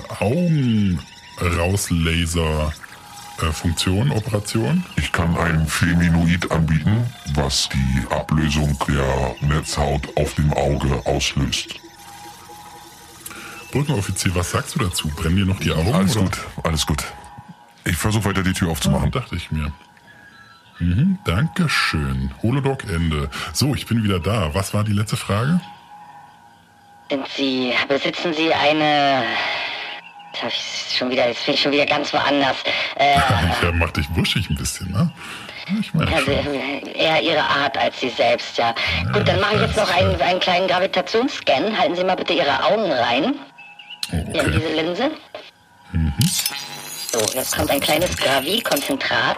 Augenrauslaser-Funktion, Operation? Ich kann ein Feminoid anbieten, was die Ablösung der Netzhaut auf dem Auge auslöst. Brückenoffizier, was sagst du dazu? Brennen dir noch die Augen? Alles oder? gut, alles gut. Ich versuche weiter die Tür Ah, aufzumachen. dachte ich mir. Mhm, Dankeschön. Holodoc Ende. So, ich bin wieder da. Was war die letzte Frage? Sind Sie, besitzen Sie eine... Jetzt hab ich schon wieder, jetzt bin ich schon wieder ganz woanders. Äh, Ja, macht dich wuschig ein bisschen, ne? Ich meine also schon. eher Ihre Art als Sie selbst, ja. Gut, dann mache ich jetzt noch einen, einen kleinen Gravitationsscan. Halten Sie mal bitte Ihre Augen rein. Oh, Hier in okay. diese Linse. So, jetzt kommt ein kleines Gravi-Konzentrat.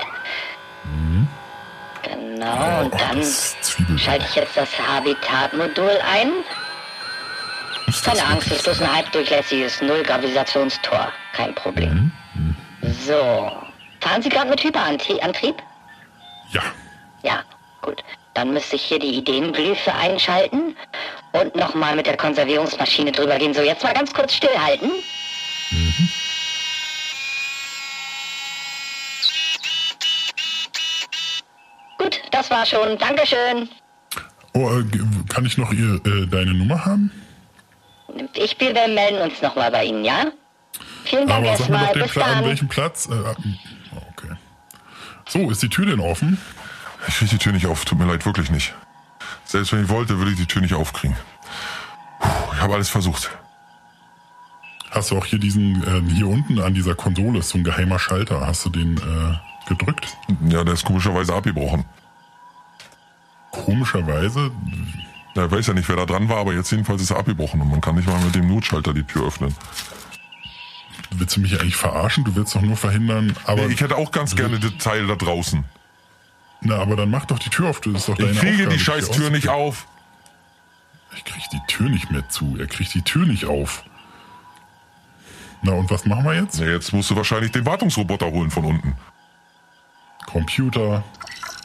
Genau, und Oh, dann das Zwiebeln. schalte ich jetzt das Habitatmodul ein. Ist das Keine Angst, wirklich es ist bloß ein halbdurchlässiges Null-Gravitationstor. Kein Problem. So. Fahren Sie gerade mit Hyperantrieb? Ja. Ja. Gut, dann müsste ich hier die Ideenglyphe einschalten und nochmal mit der Konservierungsmaschine drüber gehen. So, jetzt mal ganz kurz stillhalten. Mhm. Gut, das war schon. Dankeschön. Oh, äh, kann ich noch ihr, äh, deine Nummer haben? Ich, wir melden uns nochmal bei Ihnen, ja? Vielen Dank Aber sag mir erstmal. doch den Bis Pla- dann. an welchem Platz? Äh, okay. So, ist die Tür denn offen? Ich kriege die Tür nicht auf, tut mir leid, wirklich nicht. Selbst wenn ich wollte, würde ich die Tür nicht aufkriegen. Puh, ich habe alles versucht. Hast du auch hier diesen, äh, hier unten an dieser Konsole ist so ein geheimer Schalter. Hast du den äh, gedrückt? Ja, der ist komischerweise abgebrochen. Komischerweise? Ja, ich weiß ja nicht, wer da dran war, aber jetzt jedenfalls ist er abgebrochen und man kann nicht mal mit dem Notschalter die Tür öffnen. Willst du mich eigentlich verarschen? Du willst doch nur verhindern, aber... Nee, ich hätte auch ganz gerne das Teil da draußen. Na, aber dann mach doch die Tür auf, das ist doch deine Ich kriege Aufgabe, die scheiß Tür nicht auf. Ich krieg die Tür nicht mehr zu. Er kriegt die Tür nicht auf. Na, und was machen wir jetzt? Ja, jetzt musst du wahrscheinlich den Wartungsroboter holen von unten. Computer.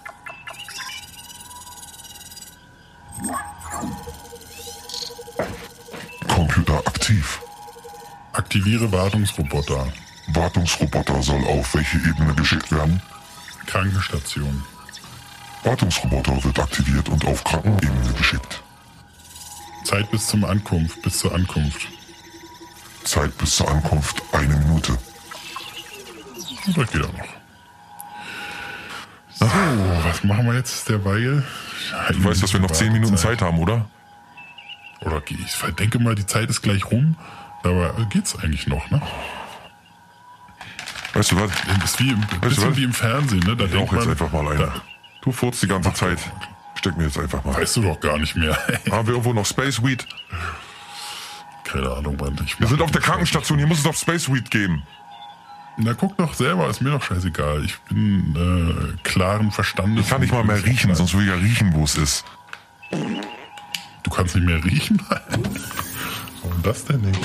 Computer aktiv. Aktiviere Wartungsroboter. Wartungsroboter soll auf welche Ebene geschickt werden? Krankenstation. Wartungsroboter wird aktiviert und auf Krankenebene geschickt. Zeit bis zum Ankunft, bis zur Ankunft. Zeit bis zur Ankunft eine Minute. Und das geht auch noch. So, was machen wir jetzt derweil? Du weißt, dass wir noch zehn Minuten Zeit haben, oder? Oder ich denke mal, die Zeit ist gleich rum. Aber geht's eigentlich noch, ne? Weißt du was? Das ist wie, ein bisschen wie im Fernsehen, ne? Da ich denkt auch jetzt man, einfach mal eine. Du furzt die ganze Zeit. Steck mir jetzt einfach mal. Weißt du doch gar nicht mehr. Haben wir irgendwo noch Space Weed? Keine Ahnung, Mann. Ich wir sind auf der Krankenstation, hier muss es doch Space Weed geben. Na, guck doch selber, ist mir doch scheißegal. Ich bin äh, klaren Verstandes. Ich kann nicht mal mehr riechen, sonst will ich ja riechen, wo es ist. Du kannst nicht mehr riechen? Warum das denn nicht?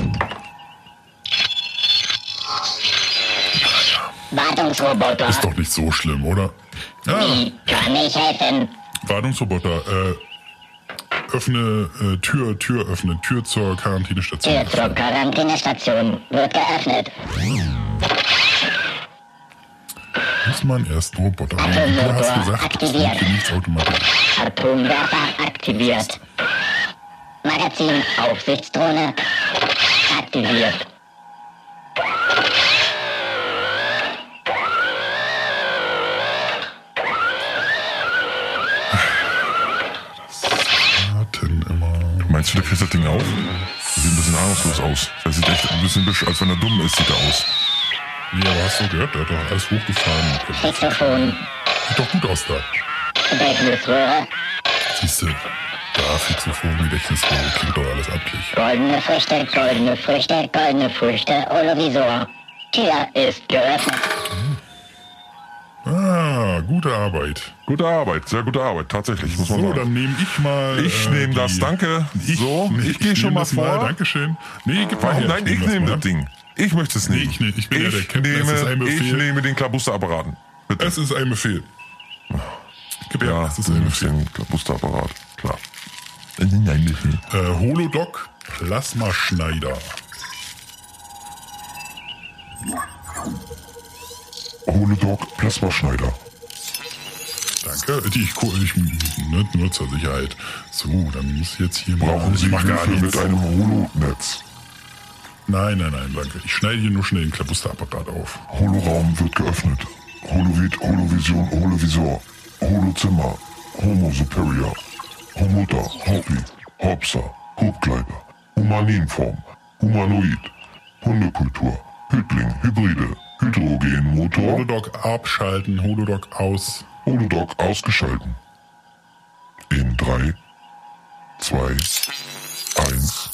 Wartungsroboter. Ist doch nicht so schlimm, oder? Ja. Wie kann ich helfen? Wartungsroboter, äh, öffne, äh, Tür, Tür öffnen, Tür zur Quarantänestation. Tür zur Quarantänestation wird geöffnet. Muss man erst einen Roboter machen. Du hast gesagt, aktiviert. es wird nichts automatisch. Atomwerfer aktiviert. Magazin Aufsichtsdrohne aktiviert. Meinst du, der kriegt das Ding auf? Das sieht ein bisschen ahnungslos aus. Das sieht echt ein bisschen, als wenn er dumm ist, sieht er aus. Nee, aber hast du gehört, der hat doch alles hochgefahren. Fixophon. Sieht doch gut aus da. Gedächtnisröhre. Siehst du, da Fixophon, Gedächtnisröhre, klingt doch alles amtlich. Goldene Früchte, goldene Früchte, goldene Früchte, Holovisor. Tür ist geöffnet. Ah, gute Arbeit. Gute Arbeit, sehr gute Arbeit, tatsächlich, muss man so, sagen. dann nehme ich mal... Ich äh, nehme das, danke. Ich, so, ich, ich gehe schon mal vor. Mal, Dankeschön. Nee, gib mal Warum? her. Nein, ich, ich nehme das, das Ding. Ich möchte es nehmen. Nee, ich, ne, ich bin ich ja der Captain, nehme, es ist ein Befehl. Ich nehme den Klabusterapparaten. Bitte. Es ist ein Befehl. Gib her, ja, es ist du ein nimmst Befehl. den Klabusterapparaat, klar. Es ist ein Befehl. Äh, Holodoc Plasmaschneider. Holodoc Plasmaschneider. Danke. Ich, ich ne, nur zur Sicherheit. So, dann muss ich jetzt hier mal... Brauchen Sie Hilfe mit einem Holonetz? Nein, nein, nein, danke. Ich schneide hier nur schnell den Klabusterapparaat auf. Holoraum wird geöffnet. Holovid, Holovision, Holovisor. Holozimmer. Homo Superior. Homutter, Hobby, Hopser, Hubkleider. Humaninform. Humanoid. Hundekultur. Hütling, Hybride. Hydrogenmotor. Holodoc abschalten, Holodoc aus. Holodoc ausgeschalten. In drei, zwei, eins.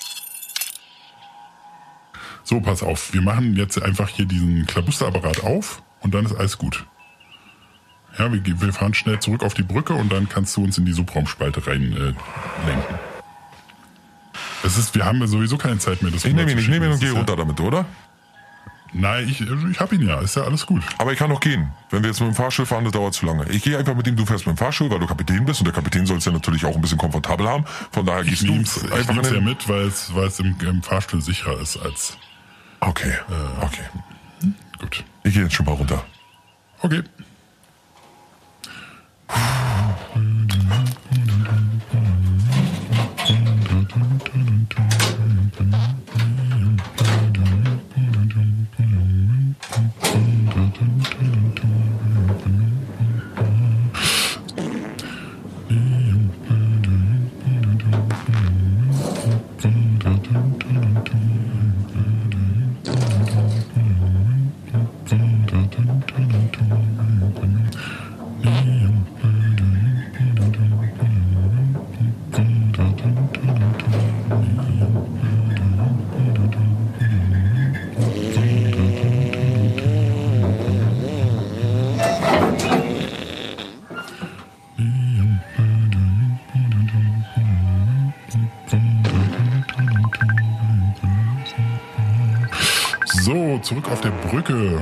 So, pass auf. Wir machen jetzt einfach hier diesen Klabusterapparaat auf und dann ist alles gut. Ja, wir, wir fahren schnell zurück auf die Brücke und dann kannst du uns in die Subraumspalte rein äh, lenken. Das ist, wir haben ja sowieso keine Zeit mehr. Das ich nehme ihn, ich nehme ihn und gehe runter damit, oder? Nein, ich, ich hab ihn ja, ist ja alles gut. Aber ich kann noch gehen. Wenn wir jetzt mit dem Fahrstuhl fahren, das dauert zu lange. Ich gehe einfach mit ihm, du fährst mit dem Fahrstuhl, weil du Kapitän bist und der Kapitän soll es ja natürlich auch ein bisschen komfortabel haben. Von daher Ich gehst du nehm's, ich einfach nehm's in ja den... mit, weil es, weil es im, im Fahrstuhl sicherer ist als... Okay, okay. Gut. Ich gehe jetzt schon mal runter. Okay. So, zurück auf der Brücke.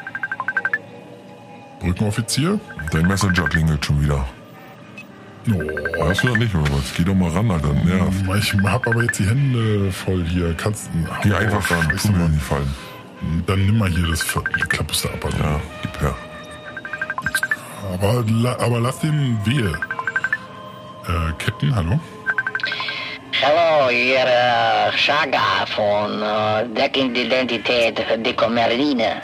Brückenoffizier? Dein Messenger klingelt schon wieder. Oh, Weißt du das nicht, oder was? Geh doch mal ran, Alter. Nerv. ich hab aber jetzt die Hände voll hier. Kannst Geh einfach ran, Scheiße, tu mir Mann. nicht fallen. Dann nimm mal hier das Klappmusterapparat. Ja, gib her. Aber, la- aber lass den wehe. Äh, Captain, hallo? Hallo, hier äh, Chaga von äh, Deckingidentität Dico Merline.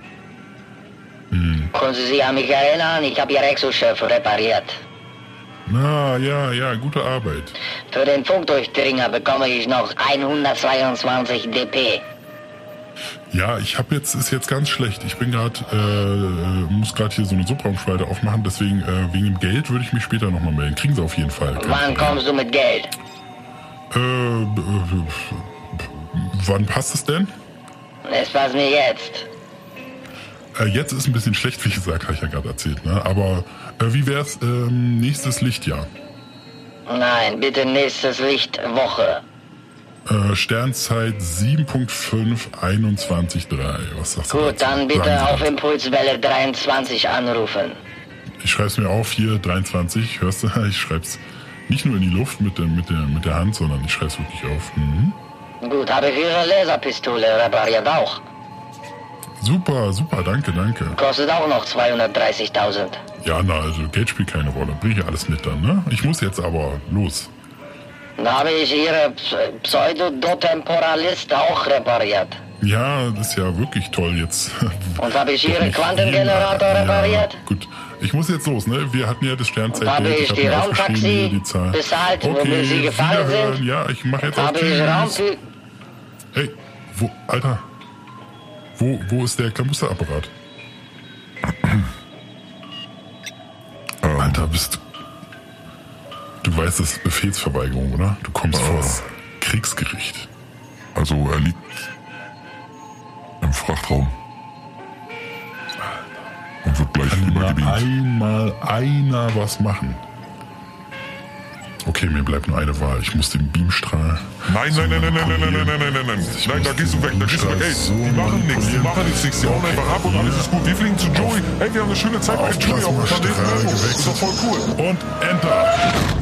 Hm. Können Sie sich an mich erinnern? Ich habe Ihr Exoschiff repariert. Na, ja, ja, gute Arbeit. Für den Funkdurchdringer bekomme ich noch hundertzweiundzwanzig D P. Ja, ich hab jetzt, ist jetzt ganz schlecht. Ich bin gerade, äh, muss gerade hier so eine Subraumspalte aufmachen, deswegen, äh, wegen dem Geld würde ich mich später nochmal melden. Kriegen Sie auf jeden Fall. Kein Wann Problem. kommst du mit Geld? Äh, äh, wann passt es denn? Es passt mir jetzt. Äh, jetzt ist ein bisschen schlecht, wie gesagt, habe ich ja gerade erzählt, ne? Aber äh, wie wär's ähm, nächstes Lichtjahr? Nein, bitte nächstes Licht Woche. Äh, Sternzeit sieben Punkt fünf einundzwanzig Komma drei. Was sagst du Gut, dazu? dann bitte Sagen Sie auf das. Impulswelle dreiundzwanzig anrufen. Ich schreib's mir auf hier, dreiundzwanzig, hörst du? Ich schreib's nicht nur in die Luft mit der, mit der, mit der Hand, sondern ich schreib's wirklich auf. Mhm. Gut, habe ich Ihre Laserpistole repariert auch. Super, super, danke, danke. Kostet auch noch zweihundertdreißigtausend. Ja, na, also Geld spielt keine Rolle. Bring ich alles mit dann, ne? Ich muss jetzt aber los. Da habe ich Ihre Ps- Pseudodotemporalist auch repariert. Ja, das ist ja wirklich toll jetzt. Und habe ich Doch Ihre nicht Quantengenerator viel, repariert? Ja, gut. Ich muss jetzt los, ne? Wir hatten ja das Sternzeitbild. Habe ich hab die mir aufgeschrieben Raumtaxi hier die Zahl. bezahlt, womit okay, Sie gefahren wiederhören. sind? Ja, ich mache jetzt auch Habe ich Tschüss. Raumpi... Hey, wo, Alter. Wo, wo ist der Klamusterapparat? Alter, bist du... Du weißt, das ist Befehlsverweigerung, oder? Du kommst Oh. vors Kriegsgericht. Also er liegt im Frachtraum. Und wird gleich Kann mal übergebeamt. einmal einer was machen? Okay, mir bleibt nur eine Wahl. Ich muss den Beamstrahl... Nein, nein, nein, nein, nein, nein, nein, nein, nein, nein, nein, nein. Ich Nein, muss da gehst du weg, da gehst du weg. Ey, so die machen nichts, die manipulieren. machen jetzt nichts. Die hauen einfach ab und alles ist gut. Wir fliegen zu Joey. Ey, wir haben eine schöne Zeit bei Joey auf dem Planeten. Plasmastrahl Melmo. Ist doch gewechselt. voll cool. Und Enter!